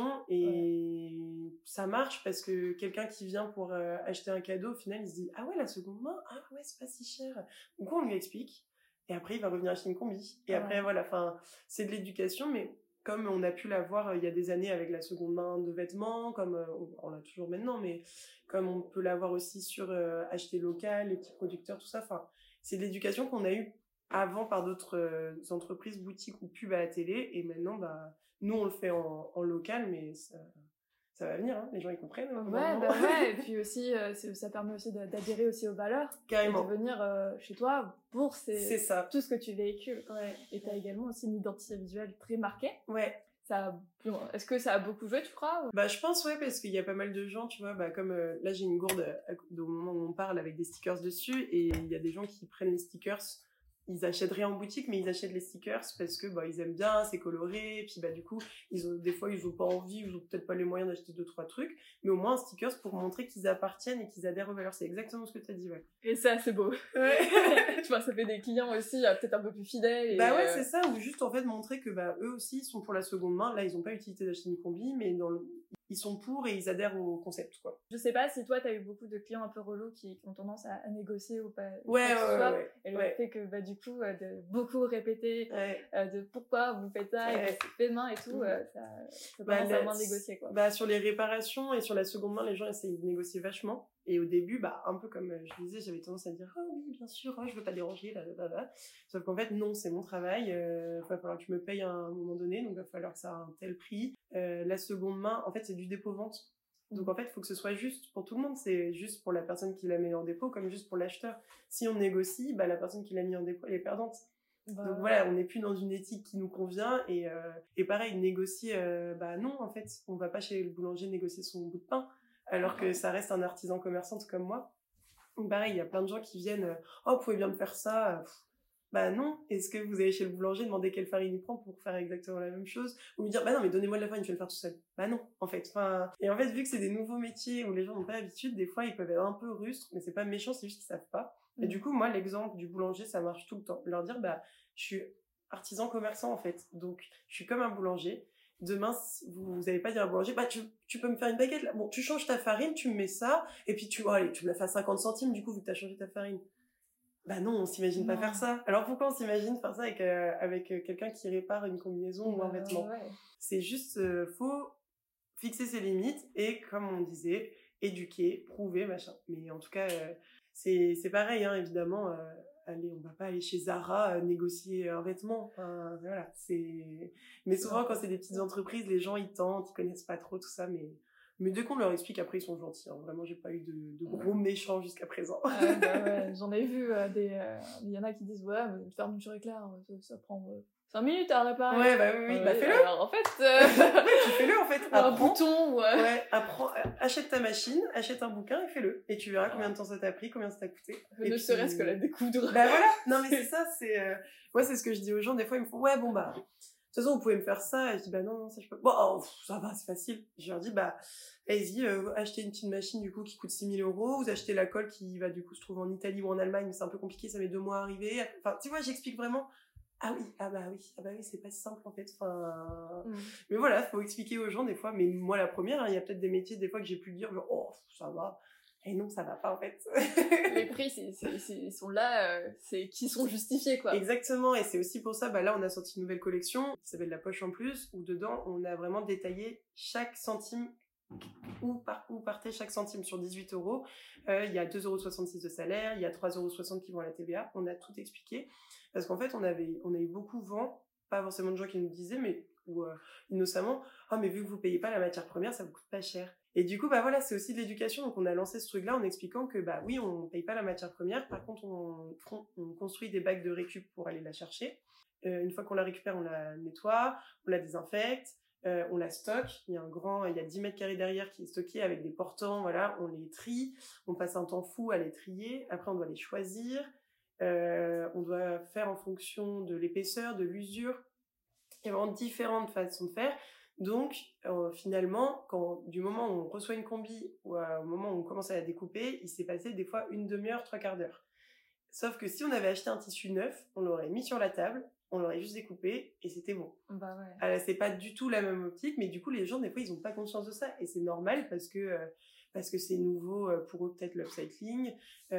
et ça marche parce que quelqu'un qui vient pour acheter un cadeau, au final, il se dit « Ah ouais, la seconde main, ah ouais, c'est pas si cher. » Donc on lui explique et après, il va revenir acheter une combi. Et après, voilà, enfin, c'est de l'éducation, mais comme on a pu l'avoir il y a des années avec la seconde main de vêtements, comme on l'a toujours maintenant, mais comme on peut l'avoir aussi sur acheter local, les petits producteurs, tout ça, enfin, c'est de l'éducation qu'on a eue avant par d'autres entreprises, boutiques ou pubs à la télé, et maintenant nous on le fait en local, mais ça va venir, hein, les gens ils comprennent. Ouais, et puis aussi ça permet aussi d'adhérer aussi aux valeurs. Carrément. Et de venir chez toi pour c'est ça. Tout ce que tu véhicules. Ouais. Et t'as également aussi une identité visuelle très marquée. Ouais. Est-ce que ça a beaucoup joué, tu crois? Je pense, ouais, parce qu'il y a pas mal de gens, tu vois, comme là j'ai une gourde au moment où on parle avec des stickers dessus, et il y a des gens qui prennent les stickers, ils achètent rien en boutique, mais ils achètent les stickers parce que ils aiment bien, c'est coloré, et puis du coup des fois ils ont pas envie, ils ont peut-être pas les moyens d'acheter 2-3 trucs, mais au moins un stickers pour montrer qu'ils appartiennent et qu'ils adhèrent aux valeurs. C'est exactement ce que tu as dit, ouais. Et ça c'est beau. Ouais. Tu vois, ça fait des clients aussi peut-être un peu plus fidèles. Ouais, c'est ça, ou juste en fait montrer que eux aussi ils sont pour la seconde main. Là ils ont pas utilité d'acheter une combi, mais ils sont pour et ils adhèrent au concept, quoi. Je sais pas si toi, t'as eu beaucoup de clients un peu relous qui ont tendance à négocier ou pas. Ouais. Et le fait que, du coup, de beaucoup répéter, de pourquoi vous faites ça, et c'est fait de main et tout, ça commence à moins négocier, quoi. Sur les réparations et sur la seconde main, les gens essayent de négocier vachement. Et au début, un peu comme je disais, j'avais tendance à dire « Oh oui, bien sûr, je veux pas déranger, là. » Sauf qu'en fait, non, c'est mon travail. Va falloir que tu me payes à un moment donné, donc il va falloir que ça ait un tel prix. La seconde main, en fait, c'est du dépôt-vente. Donc en fait, il faut que ce soit juste pour tout le monde. C'est juste pour la personne qui l'a mis en dépôt comme juste pour l'acheteur. Si on négocie, la personne qui l'a mis en dépôt, elle est perdante. Donc voilà, on n'est plus dans une éthique qui nous convient. Et pareil, négocier, non, en fait, on va pas chez le boulanger négocier son bout de pain. Alors que ça reste un artisan commerçante comme moi. Donc pareil, il y a plein de gens qui viennent « Oh, vous pouvez bien me faire ça ?» Non. Est-ce que vous allez chez le boulanger demander quelle farine il prend pour faire exactement la même chose? Ou lui dire « non, mais donnez-moi de la farine, je vais le faire tout seul. » Non, en fait. Et en fait, vu que c'est des nouveaux métiers où les gens n'ont pas l'habitude, des fois, ils peuvent être un peu rustres, mais c'est pas méchant, c'est juste qu'ils savent pas. Et du coup, moi, l'exemple du boulanger, ça marche tout le temps. Leur dire je suis artisan commerçant, en fait. Donc, je suis comme un boulanger. Demain, si vous n'allez pas dire à un boulanger, tu peux me faire une baguette là. Bon, tu changes ta farine, tu me mets ça, et puis tu me la fais à 50 centimes, du coup, vu que tu as changé ta farine. Non, on s'imagine pas faire ça. Alors pourquoi on s'imagine faire ça avec quelqu'un qui répare une combinaison ou un vêtement? C'est juste, faut fixer ses limites et, comme on disait, éduquer, prouver, machin. Mais en tout cas, c'est pareil, hein, évidemment. On va pas aller chez Zara négocier un vêtement. Voilà, mais souvent, quand c'est des petites entreprises, les gens, ils tentent, ils connaissent pas trop tout ça, mais dès qu'on leur explique, après, ils sont gentils. Hein. Vraiment, j'ai pas eu de gros méchants jusqu'à présent. J'en ai vu il y en a qui disent « Ouais, mais une fermeture éclair, ça prend 5 minutes à réparer. » Oui, fais-le. Alors, en fait... tu fais-le, en fait. Un bouton, achète ta machine, achète un bouquin et fais-le. Et tu verras combien de temps ça t'a pris, combien ça t'a coûté. Ne serait-ce que la découdre. Voilà. Non, mais c'est ça, moi, c'est ce que je dis aux gens. Des fois, ils me font « Ouais, bon, de toute façon, vous pouvez me faire ça. » Et je dis, non, ça, je peux. Bon, ça va, c'est facile. Je leur dis, allez-y, achetez une petite machine, du coup, qui coûte 6 000 €. Vous achetez la colle qui va, du coup, se trouver en Italie ou en Allemagne, mais c'est un peu compliqué, ça met 2 mois à arriver. Enfin, tu vois, j'explique vraiment. Ah oui, c'est pas si simple, en fait. Mais voilà, faut expliquer aux gens, des fois. Mais moi, la première, il y a peut-être des métiers, des fois, que j'ai pu dire, genre, oh, ça va. Et non, ça va pas, en fait. Les prix, ils sont là, c'est qui sont justifiés, quoi. Exactement, et c'est aussi pour ça, là, on a sorti une nouvelle collection qui s'appelle La Poche en Plus, où dedans, on a vraiment détaillé chaque centime, où partait chaque centime sur 18 €. Il y a 2,66 € de salaire, il y a 3,60 € qui vont à la TVA. On a tout expliqué. Parce qu'en fait, on a eu beaucoup vent, pas forcément de gens qui nous disaient, mais innocemment, « Oh, mais vu que vous payez pas la matière première, ça vous coûte pas cher. » Et du coup, voilà, c'est aussi de l'éducation. Donc, on a lancé ce truc-là en expliquant que, oui, on paye pas la matière première. Par contre, on construit des bacs de récup pour aller la chercher. Une fois qu'on la récupère, on la nettoie, on la désinfecte, on la stocke. Il y a 10 mètres carrés derrière qui est stocké avec des portants, voilà. On les trie. On passe un temps fou à les trier. Après, on doit les choisir. On doit faire en fonction de l'épaisseur, de l'usure. Il y a vraiment différentes façons de faire. Donc, finalement, du moment où on reçoit une combi ou au moment où on commence à la découper, il s'est passé des fois une demi-heure, 3/4 d'heure. Sauf que si on avait acheté un tissu neuf, on l'aurait mis sur la table, on l'aurait juste découpé et c'était bon. Alors, c'est pas du tout la même optique, mais du coup, les gens, des fois, ils ont pas conscience de ça. Et c'est normal parce que c'est nouveau pour eux, peut-être, l'upcycling.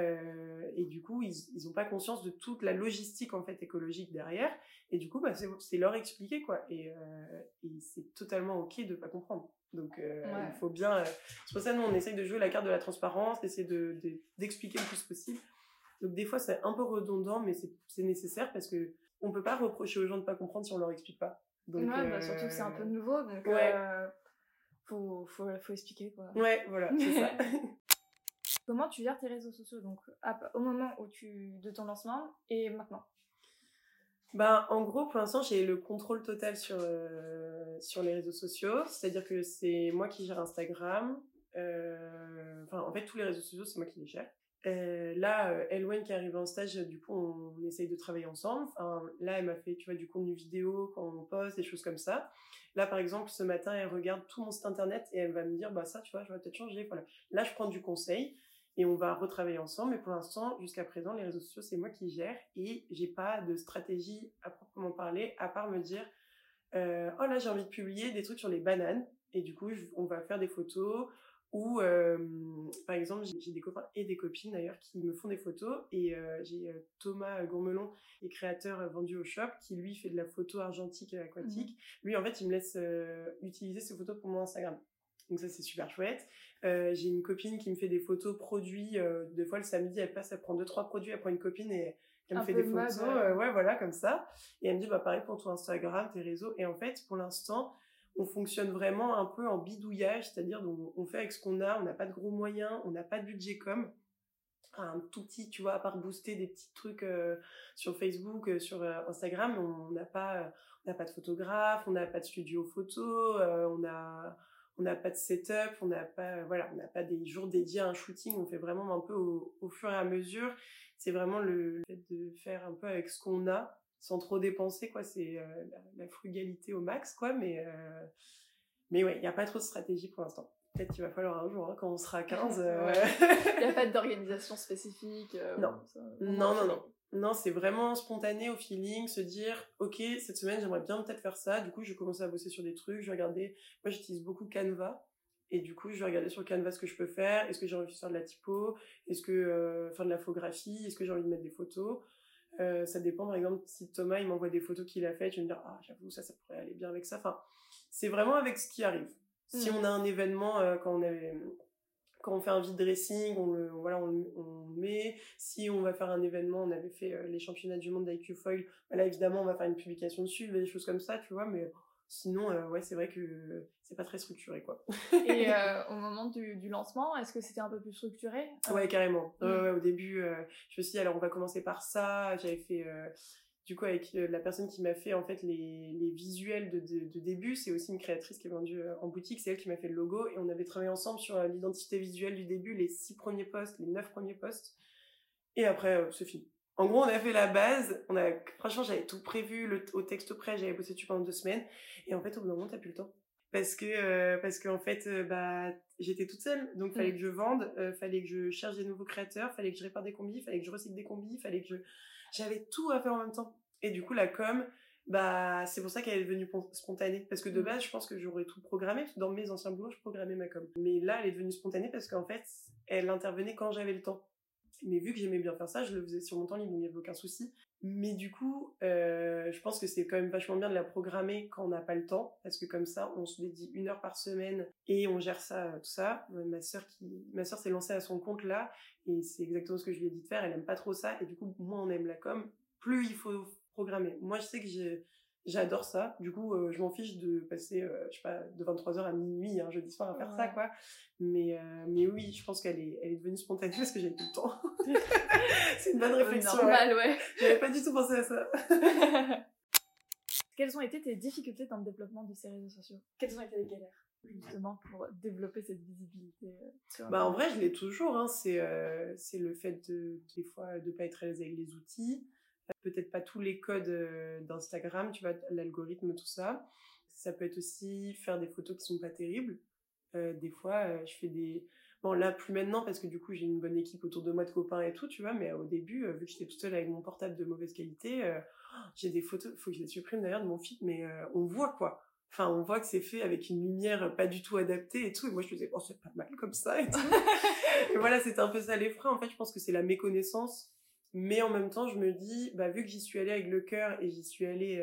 Et du coup, ils ont pas conscience de toute la logistique, en fait, écologique derrière. Et du coup, c'est leur expliquer, quoi. Et c'est totalement OK de pas comprendre. Donc, il faut bien... C'est pour ça, nous, on essaye de jouer la carte de la transparence, d'essayer d'expliquer le plus possible. Donc, des fois, c'est un peu redondant, mais c'est nécessaire parce que on peut pas reprocher aux gens de pas comprendre si on leur explique pas. Donc, surtout que c'est un peu nouveau, donc faut expliquer, quoi. Ouais, voilà, c'est ça. Comment tu gères tes réseaux sociaux, donc au moment de ton lancement et maintenant? En gros, pour l'instant, j'ai le contrôle total sur les réseaux sociaux. C'est-à-dire que c'est moi qui gère Instagram. En fait, tous les réseaux sociaux, c'est moi qui les gère. Là, Elwen qui est arrivée en stage, du coup, on essaye de travailler ensemble. Là, elle m'a fait, tu vois, du contenu vidéo quand on poste, des choses comme ça. Là, par exemple, ce matin, elle regarde tout mon site internet et elle va me dire, ça, tu vois, je vais peut-être changer. Voilà. Là, je prends du conseil et on va retravailler ensemble. Mais pour l'instant, jusqu'à présent, les réseaux sociaux, c'est moi qui gère et j'ai pas de stratégie à proprement parler, à part me dire, oh là, j'ai envie de publier des trucs sur les bananes. Et du coup, on va faire des photos où, par exemple, j'ai des copains et des copines d'ailleurs qui me font des photos. Et j'ai Thomas Gourmelon, qui est créateur vendu au shop, qui lui fait de la photo argentique et aquatique. Lui, en fait, il me laisse utiliser ses photos pour mon Instagram. Donc ça, c'est super chouette. J'ai une copine qui me fait des photos produits. Des fois, le samedi, elle prend 2-3 produits, elle prend une copine et elle me fait des photos. Ouais, voilà, comme ça. Et elle me dit, pareil pour ton Instagram, tes réseaux. Et en fait, pour l'instant, on fonctionne vraiment un peu en bidouillage, c'est-à-dire on fait avec ce qu'on a, on n'a pas de gros moyens, on n'a pas de budget com. Un tout petit, tu vois, à part booster des petits trucs sur Facebook, sur Instagram, on n'a pas de photographe, on n'a pas de studio photo, on n'a pas de setup, on n'a pas des jours dédiés à un shooting, on fait vraiment un peu au fur et à mesure. C'est vraiment le fait de faire un peu avec ce qu'on a, sans trop dépenser, quoi. C'est la frugalité au max, quoi, mais ouais, il n'y a pas trop de stratégie pour l'instant. Peut-être qu'il va falloir un jour, quand on sera 15. Il n'y a pas d'organisation spécifique. Non, c'est vraiment spontané, au feeling, se dire, ok, cette semaine, j'aimerais bien peut-être faire ça. Du coup, je vais commencer à bosser sur des trucs, je vais regarder. Moi, j'utilise beaucoup Canva. Et du coup, je vais regarder sur Canva ce que je peux faire. Est-ce que j'ai envie de faire de la typo? Est-ce que faire de l'infographie? Est-ce que j'ai envie de mettre des photos? Ça dépend, par exemple, si Thomas, il m'envoie des photos qu'il a faites, je vais me dire, ah, j'avoue, ça pourrait aller bien avec ça. Enfin, c'est vraiment avec ce qui arrive. Si on a un événement, quand on fait un vide dressing, on le met. Si on va faire un événement, on avait fait les championnats du monde d'IQ Foil, là, évidemment, on va faire une publication dessus, des choses comme ça, tu vois, mais sinon, ouais, c'est vrai que c'est pas très structuré, quoi. Et au moment du lancement, est-ce que c'était un peu plus structuré? Ouais, carrément. Ouais, au début, je me suis dit, alors on va commencer par ça. J'avais fait, du coup, avec la personne qui m'a fait en fait les visuels de début, c'est aussi une créatrice qui est vendue en boutique, c'est elle qui m'a fait le logo, et on avait travaillé ensemble sur l'identité visuelle du début, les 6 premiers posts, les 9 premiers posts, et après, c'est fini. En gros, on a fait la base, franchement, j'avais tout prévu, au texte près, j'avais bossé dessus pendant 2 semaines, et en fait, au bout d'un moment, t'as plus le temps. Parce que en fait, j'étais toute seule, donc fallait que je vende, fallait que je cherche des nouveaux créateurs, fallait que je répare des combis, fallait que je recycle des combis, j'avais tout à faire en même temps. Et du coup, la com, c'est pour ça qu'elle est devenue spontanée. Parce que de base, je pense que j'aurais tout programmé, parce que dans mes anciens boulots, je programmais ma com. Mais là, elle est devenue spontanée parce qu'en fait, elle intervenait quand j'avais le temps. Mais vu que j'aimais bien faire ça, je le faisais sur mon temps libre, donc il n'y avait aucun souci. Mais du coup, je pense que c'est quand même vachement bien de la programmer quand on n'a pas le temps, parce que comme ça, on se dédie 1 heure par semaine et on gère ça, tout ça. Ma sœur s'est lancée à son compte là, et c'est exactement ce que je lui ai dit de faire. Elle aime pas trop ça, et du coup, moins on aime la com, plus il faut programmer. Moi, je sais que j'adore ça. Du coup, je m'en fiche de passer, je sais pas, de 23h à minuit, jeudi soir à faire ça, quoi. Mais oui, je pense qu'elle est devenue spontanée parce que j'avais tout le temps. C'est une bonne réflexion. Normal, ouais. J'avais pas du tout pensé à ça. Quelles ont été tes difficultés dans le développement de ces réseaux sociaux? Quelles ont été les galères, justement, pour développer cette visibilité en vrai, je l'ai toujours. C'est le fait des fois, de pas être à l'aise avec les outils. Peut-être pas tous les codes d'Instagram, tu vois, l'algorithme, tout ça. Ça peut être aussi faire des photos qui sont pas terribles. Des fois, je fais des... Bon, là, plus maintenant, parce que du coup, j'ai une bonne équipe autour de moi de copains et tout, tu vois, mais au début, vu que j'étais toute seule avec mon portable de mauvaise qualité, j'ai des photos, faut que je les supprime d'ailleurs de mon feed, mais on voit, quoi. Enfin, on voit que c'est fait avec une lumière pas du tout adaptée et tout, et moi, je me disais, oh, c'est pas mal comme ça, et tout. Et voilà, c'était un peu ça les freins. En fait, je pense que c'est la méconnaissance. Mais en même temps, je me dis, vu que j'y suis allée avec le cœur et j'y suis allée,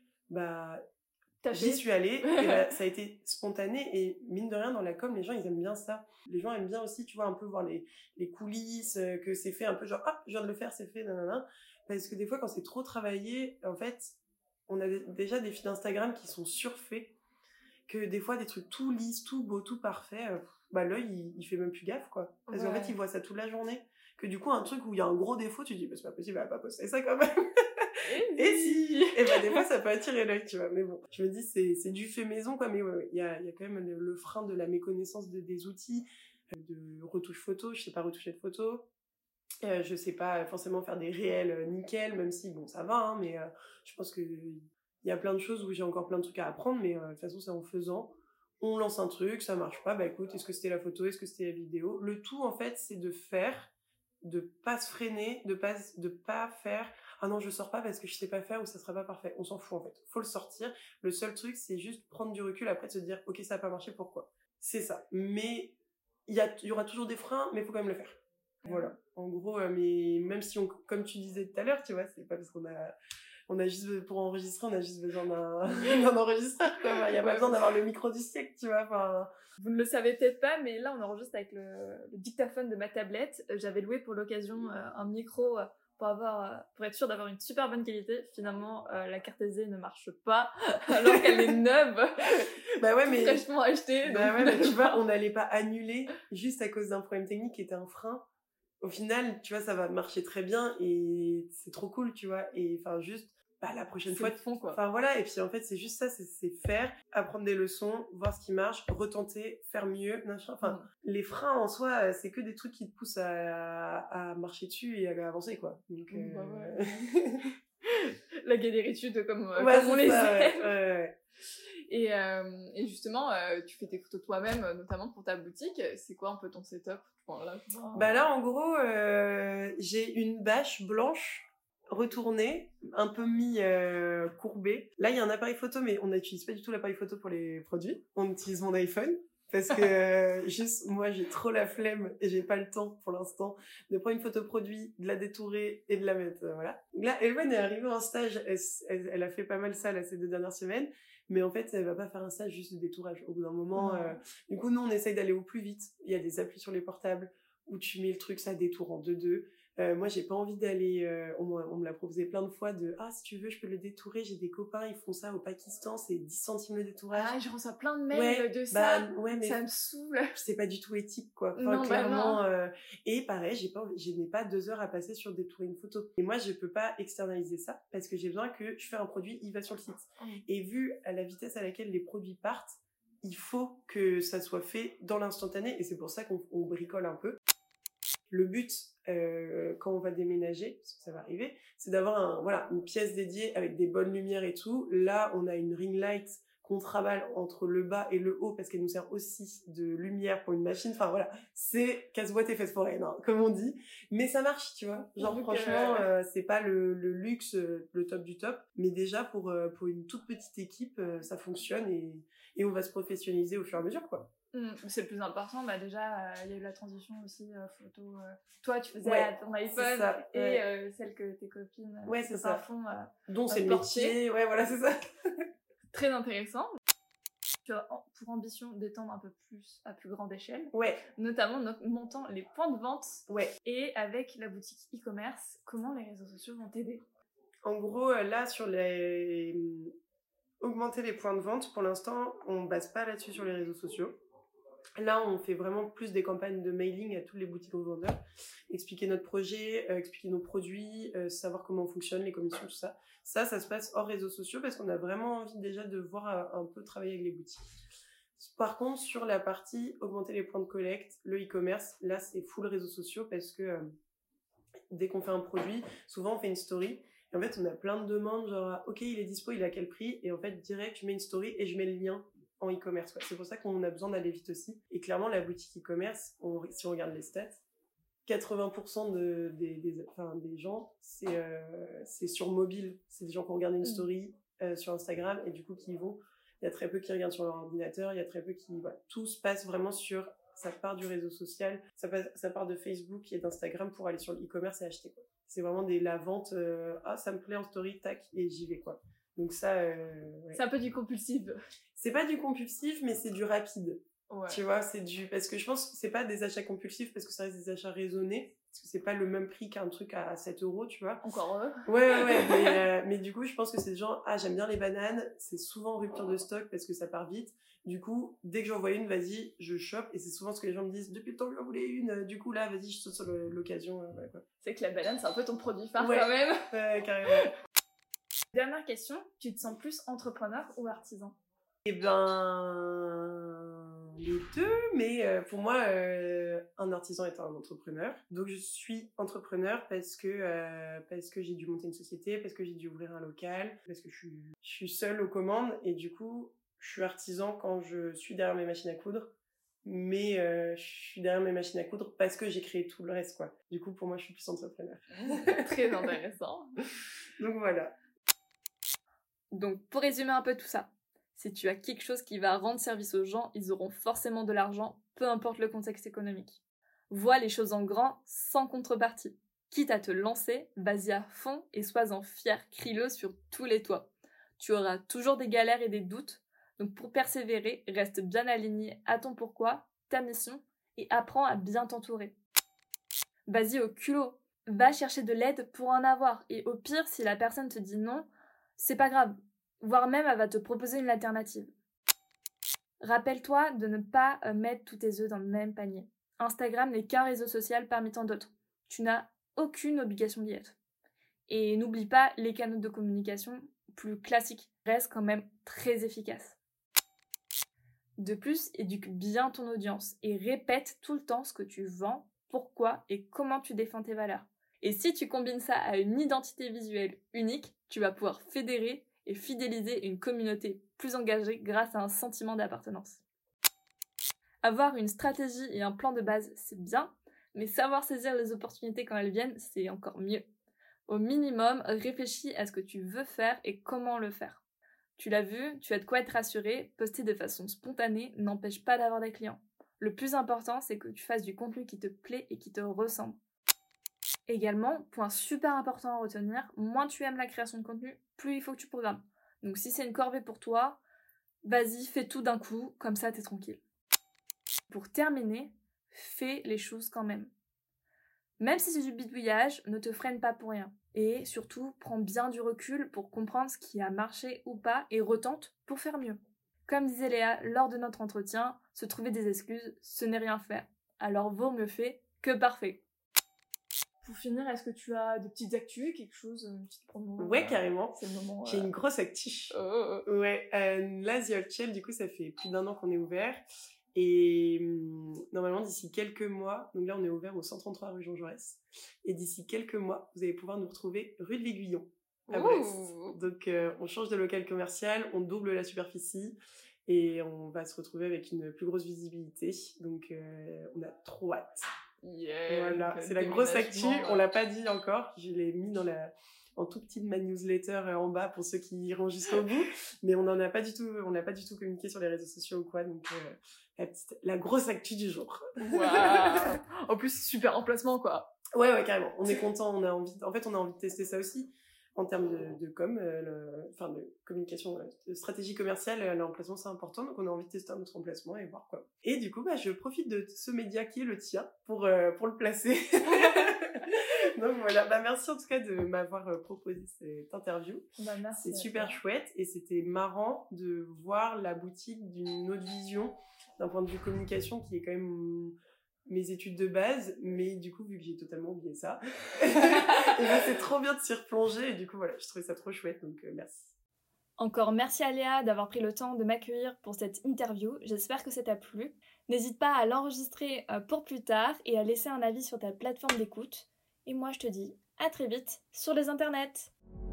et ça a été spontané, et mine de rien, dans la com, les gens, ils aiment bien ça. Les gens aiment bien aussi, tu vois, un peu voir les coulisses, que c'est fait un peu genre, ah, je viens de le faire, c'est fait, nanana. Parce que des fois, quand c'est trop travaillé, en fait, on a déjà des feeds Instagram qui sont surfaits, que des fois, des trucs tout lisses, tout beau, tout parfait, l'œil, il fait même plus gaffe, quoi. Parce qu'en fait, il voit ça toute la journée. Que du coup, un truc où il y a un gros défaut, tu te dis, c'est pas possible, elle va pas poster ça quand même. Et si! Et des fois, ça peut attirer l'œil, tu vois. Mais bon, je me dis, c'est du fait maison, quoi. Mais ouais, il y a quand même le frein de la méconnaissance des outils, de retouche photo. Je sais pas retoucher de photos. Je sais pas forcément faire des réels nickel, même si, bon, ça va, mais je pense que il y a plein de choses où j'ai encore plein de trucs à apprendre, mais de toute façon, c'est en faisant. On lance un truc, ça marche pas, écoute, est-ce que c'était la photo, est-ce que c'était la vidéo? Le tout, en fait, c'est de faire, de pas se freiner, de pas faire, ah non je sors pas parce que je sais pas faire ou ça sera pas parfait. On s'en fout en fait, faut le sortir. Le seul truc c'est juste prendre du recul après de se dire ok ça a pas marché, pourquoi, c'est ça. Mais il y aura toujours des freins, mais il faut quand même le faire. Voilà, en gros, mais même si comme tu disais tout à l'heure, tu vois, c'est pas parce qu'on a juste, pour enregistrer, on a juste besoin d'un enregistreur, quoi. Il y a pas besoin d'avoir le micro du siècle, tu vois, enfin... Vous ne le savez peut-être pas, mais là, on enregistre avec le dictaphone de ma tablette. J'avais loué pour l'occasion un micro pour être sûr d'avoir une super bonne qualité. Finalement, la carte SD ne marche pas, alors qu'elle est neuve. Bah ouais, mais... fraîchement achetée. Bah ouais, mais tu vois, on n'allait pas annuler juste à cause d'un problème technique qui était un frein. Au final, tu vois, ça va marcher très bien et c'est trop cool, tu vois. Et enfin, juste, bah, la prochaine fois... C'est le fond, quoi. Enfin, voilà. Et puis, en fait, c'est juste ça, c'est faire, apprendre des leçons, voir ce qui marche, retenter, faire mieux, machin. Enfin, les freins, en soi, c'est que des trucs qui te poussent à marcher dessus et à avancer, quoi. Donc, bah ouais. La galéritude, comme on les aime. Ouais. Et justement, tu fais tes photos toi-même, notamment pour ta boutique. C'est quoi un peu ton setup? Bah là, en gros, j'ai une bâche blanche retournée, un peu courbée. Là, il y a un appareil photo, mais on n'utilise pas du tout l'appareil photo pour les produits. On utilise mon iPhone. Parce que juste, moi, j'ai trop la flemme et j'ai pas le temps, pour l'instant, de prendre une photo produit, de la détourer et de la mettre, voilà. Là, Elwen est arrivée en stage, elle a fait pas mal ça, là, ces 2 dernières semaines. Mais en fait, elle va pas faire un stage juste de détourage. Au bout d'un moment, du coup, nous, on essaye d'aller au plus vite. Il y a des applis sur les portables où tu mets le truc, ça détourne en 2-2. Moi, j'ai pas envie d'aller... on me l'a proposé plein de fois de « Ah, si tu veux, je peux le détourer. J'ai des copains, ils font ça au Pakistan. C'est 10 centimes le détourage. » Ah, je reçois plein de mails de ça. Ouais, mais ça me saoule. C'est pas du tout éthique, quoi. Enfin, non, clairement. Et pareil, je n'ai pas 2 heures à passer sur détourer une photo. Et moi, je peux pas externaliser ça parce que j'ai besoin que je fais un produit, il va sur le site. Et vu à la vitesse à laquelle les produits partent, il faut que ça soit fait dans l'instantané. Et c'est pour ça qu'on bricole un peu. Le but, quand on va déménager, parce que ça va arriver, c'est d'avoir une pièce dédiée avec des bonnes lumières et tout. Là, on a une ring light qu'on travaille entre le bas et le haut parce qu'elle nous sert aussi de lumière pour une machine. Enfin voilà, c'est casse-boîte et fesse foraine, hein, comme on dit. Mais ça marche, tu vois. Genre franchement, c'est pas le luxe, le top du top. Mais déjà, pour une toute petite équipe, ça fonctionne et on va se professionnaliser au fur et à mesure, quoi. C'est le plus important. Bah déjà, il y a eu la transition aussi photo. Toi, tu faisais à ton iPhone ça, et celle que tes copines c'est ça. Font, dont c'est le métier. Ouais, voilà, c'est ça. Très intéressant. Tu as pour ambition d'étendre un peu plus à plus grande échelle. Ouais. Notamment montant les points de vente. Ouais. Et avec la boutique e-commerce, comment les réseaux sociaux vont t'aider? En gros, là, sur augmenter les points de vente, pour l'instant, on base pas là-dessus sur les réseaux sociaux. Là, on fait vraiment plus des campagnes de mailing à tous les boutiques revendeurs, expliquer notre projet, expliquer nos produits, savoir comment on fonctionne, les commissions, tout ça. Ça se passe hors réseaux sociaux parce qu'on a vraiment envie déjà de voir un peu travailler avec les boutiques. Par contre, sur la partie augmenter les points de collecte, le e-commerce, là, c'est full réseaux sociaux parce que dès qu'on fait un produit, souvent on fait une story. Et en fait, on a plein de demandes, genre, ok, il est dispo, il est à quel prix? Et en fait, direct, je mets une story et je mets le lien en e-commerce, quoi. C'est pour ça qu'on a besoin d'aller vite aussi. Et clairement, la boutique e-commerce, si on regarde les stats, 80% des gens, c'est sur mobile. C'est des gens qui ont regardé une story sur Instagram et du coup qui y vont. Il y a très peu qui regardent sur leur ordinateur, il y a très peu qui... Voilà. Tout se passe vraiment sur... Ça part du réseau social, ça part de Facebook et d'Instagram pour aller sur l'e-commerce et acheter, quoi. C'est vraiment la vente, ça me plaît en story, tac, et j'y vais, quoi. Donc ça... ouais. C'est un peu du compulsif. C'est pas du compulsif, mais c'est du rapide. Ouais. Tu vois, parce que je pense que c'est pas des achats compulsifs parce que ça reste des achats raisonnés. Parce que c'est pas le même prix qu'un truc à 7 €, tu vois. Encore eux. Ouais. Mais du coup, je pense que c'est des gens, j'aime bien les bananes. C'est souvent en rupture de stock parce que ça part vite. Du coup, dès que j'en vois une, vas-y, je chope. Et c'est souvent ce que les gens me disent, depuis le temps que j'en voulais une. Du coup, là, vas-y, je saute sur l'occasion. Ouais, quoi. C'est que la banane, c'est un peu ton produit phare quand même. Ouais, carrément. Dernière question, tu te sens plus entrepreneur ou artisan? Eh ben, les deux, mais pour moi, un artisan est un entrepreneur. Donc je suis entrepreneur parce que j'ai dû monter une société, parce que j'ai dû ouvrir un local, parce que je suis seule aux commandes et du coup, je suis artisan quand je suis derrière mes machines à coudre. mais je suis derrière mes machines à coudre parce que j'ai créé tout le reste, quoi. Du coup, pour moi, je suis plus entrepreneur. Très intéressant. Donc voilà. Donc pour résumer un peu tout ça, si tu as quelque chose qui va rendre service aux gens, ils auront forcément de l'argent, peu importe le contexte économique. Vois les choses en grand, sans contrepartie. Quitte à te lancer, vas-y à fond et sois-en fier, crie-le sur tous les toits. Tu auras toujours des galères et des doutes, donc pour persévérer, reste bien aligné à ton pourquoi, ta mission, et apprends à bien t'entourer. Vas-y au culot, va chercher de l'aide pour en avoir, et au pire, si la personne te dit non, c'est pas grave, voire même elle va te proposer une alternative. Rappelle-toi de ne pas mettre tous tes œufs dans le même panier. Instagram n'est qu'un réseau social parmi tant d'autres. Tu n'as aucune obligation d'y être. Et n'oublie pas, les canaux de communication plus classiques restent quand même très efficaces. De plus, éduque bien ton audience et répète tout le temps ce que tu vends, pourquoi et comment tu défends tes valeurs. Et si tu combines ça à une identité visuelle unique, tu vas pouvoir fédérer et fidéliser une communauté plus engagée grâce à un sentiment d'appartenance. Avoir une stratégie et un plan de base, c'est bien, mais savoir saisir les opportunités quand elles viennent, c'est encore mieux. Au minimum, réfléchis à ce que tu veux faire et comment le faire. Tu l'as vu, tu as de quoi être rassuré, poster de façon spontanée n'empêche pas d'avoir des clients. Le plus important, c'est que tu fasses du contenu qui te plaît et qui te ressemble. Également, point super important à retenir, moins tu aimes la création de contenu, plus il faut que tu programmes. Donc si c'est une corvée pour toi, vas-y, fais tout d'un coup, comme ça t'es tranquille. Pour terminer, fais les choses quand même. Même si c'est du bidouillage, ne te freine pas pour rien. Et surtout, prends bien du recul pour comprendre ce qui a marché ou pas et retente pour faire mieux. Comme disait Léa lors de notre entretien, se trouver des excuses, ce n'est rien faire. Alors vaut mieux fait que parfait. Pour finir, est-ce que tu as des petites actus, quelque chose, une petite promo? Ouais, carrément. C'est le moment. J'ai une grosse actu. Ouais, là, The Old Shell, du coup, ça fait plus d'1 an qu'on est ouvert. Et normalement, d'ici quelques mois, donc là, on est ouvert au 133 rue Jean Jaurès. Et d'ici quelques mois, vous allez pouvoir nous retrouver rue de l'Aiguillon, à Brest. Donc, on change de local commercial, on double la superficie et on va se retrouver avec une plus grosse visibilité. Donc, on a trop hâte. Yeah, voilà, c'est la grosse actu. On l'a pas dit encore. Je l'ai mis en tout petit de ma newsletter en bas pour ceux qui iront jusqu'au bout. Mais on n'a pas du tout communiqué sur les réseaux sociaux ou quoi. Donc, la grosse actu du jour. Wow. En plus, super emplacement, quoi. Ouais, carrément. On est content. On a envie de tester ça aussi. En termes de com, de communication, de stratégie commerciale, l'emplacement c'est important, donc on a envie de tester un autre emplacement et voir quoi. Et du coup, je profite de ce média qui est le tien pour le placer. Donc voilà, merci en tout cas de m'avoir proposé cette interview. Merci. C'est super chouette et c'était marrant de voir la boutique d'une autre vision, d'un point de vue communication qui est quand même mes études de base, mais du coup, vu que j'ai totalement oublié ça, et c'est trop bien de s'y replonger, et du coup, voilà, je trouvais ça trop chouette, donc merci. Encore merci à Léa d'avoir pris le temps de m'accueillir pour cette interview, j'espère que ça t'a plu. N'hésite pas à l'enregistrer pour plus tard et à laisser un avis sur ta plateforme d'écoute. Et moi, je te dis à très vite sur les internets.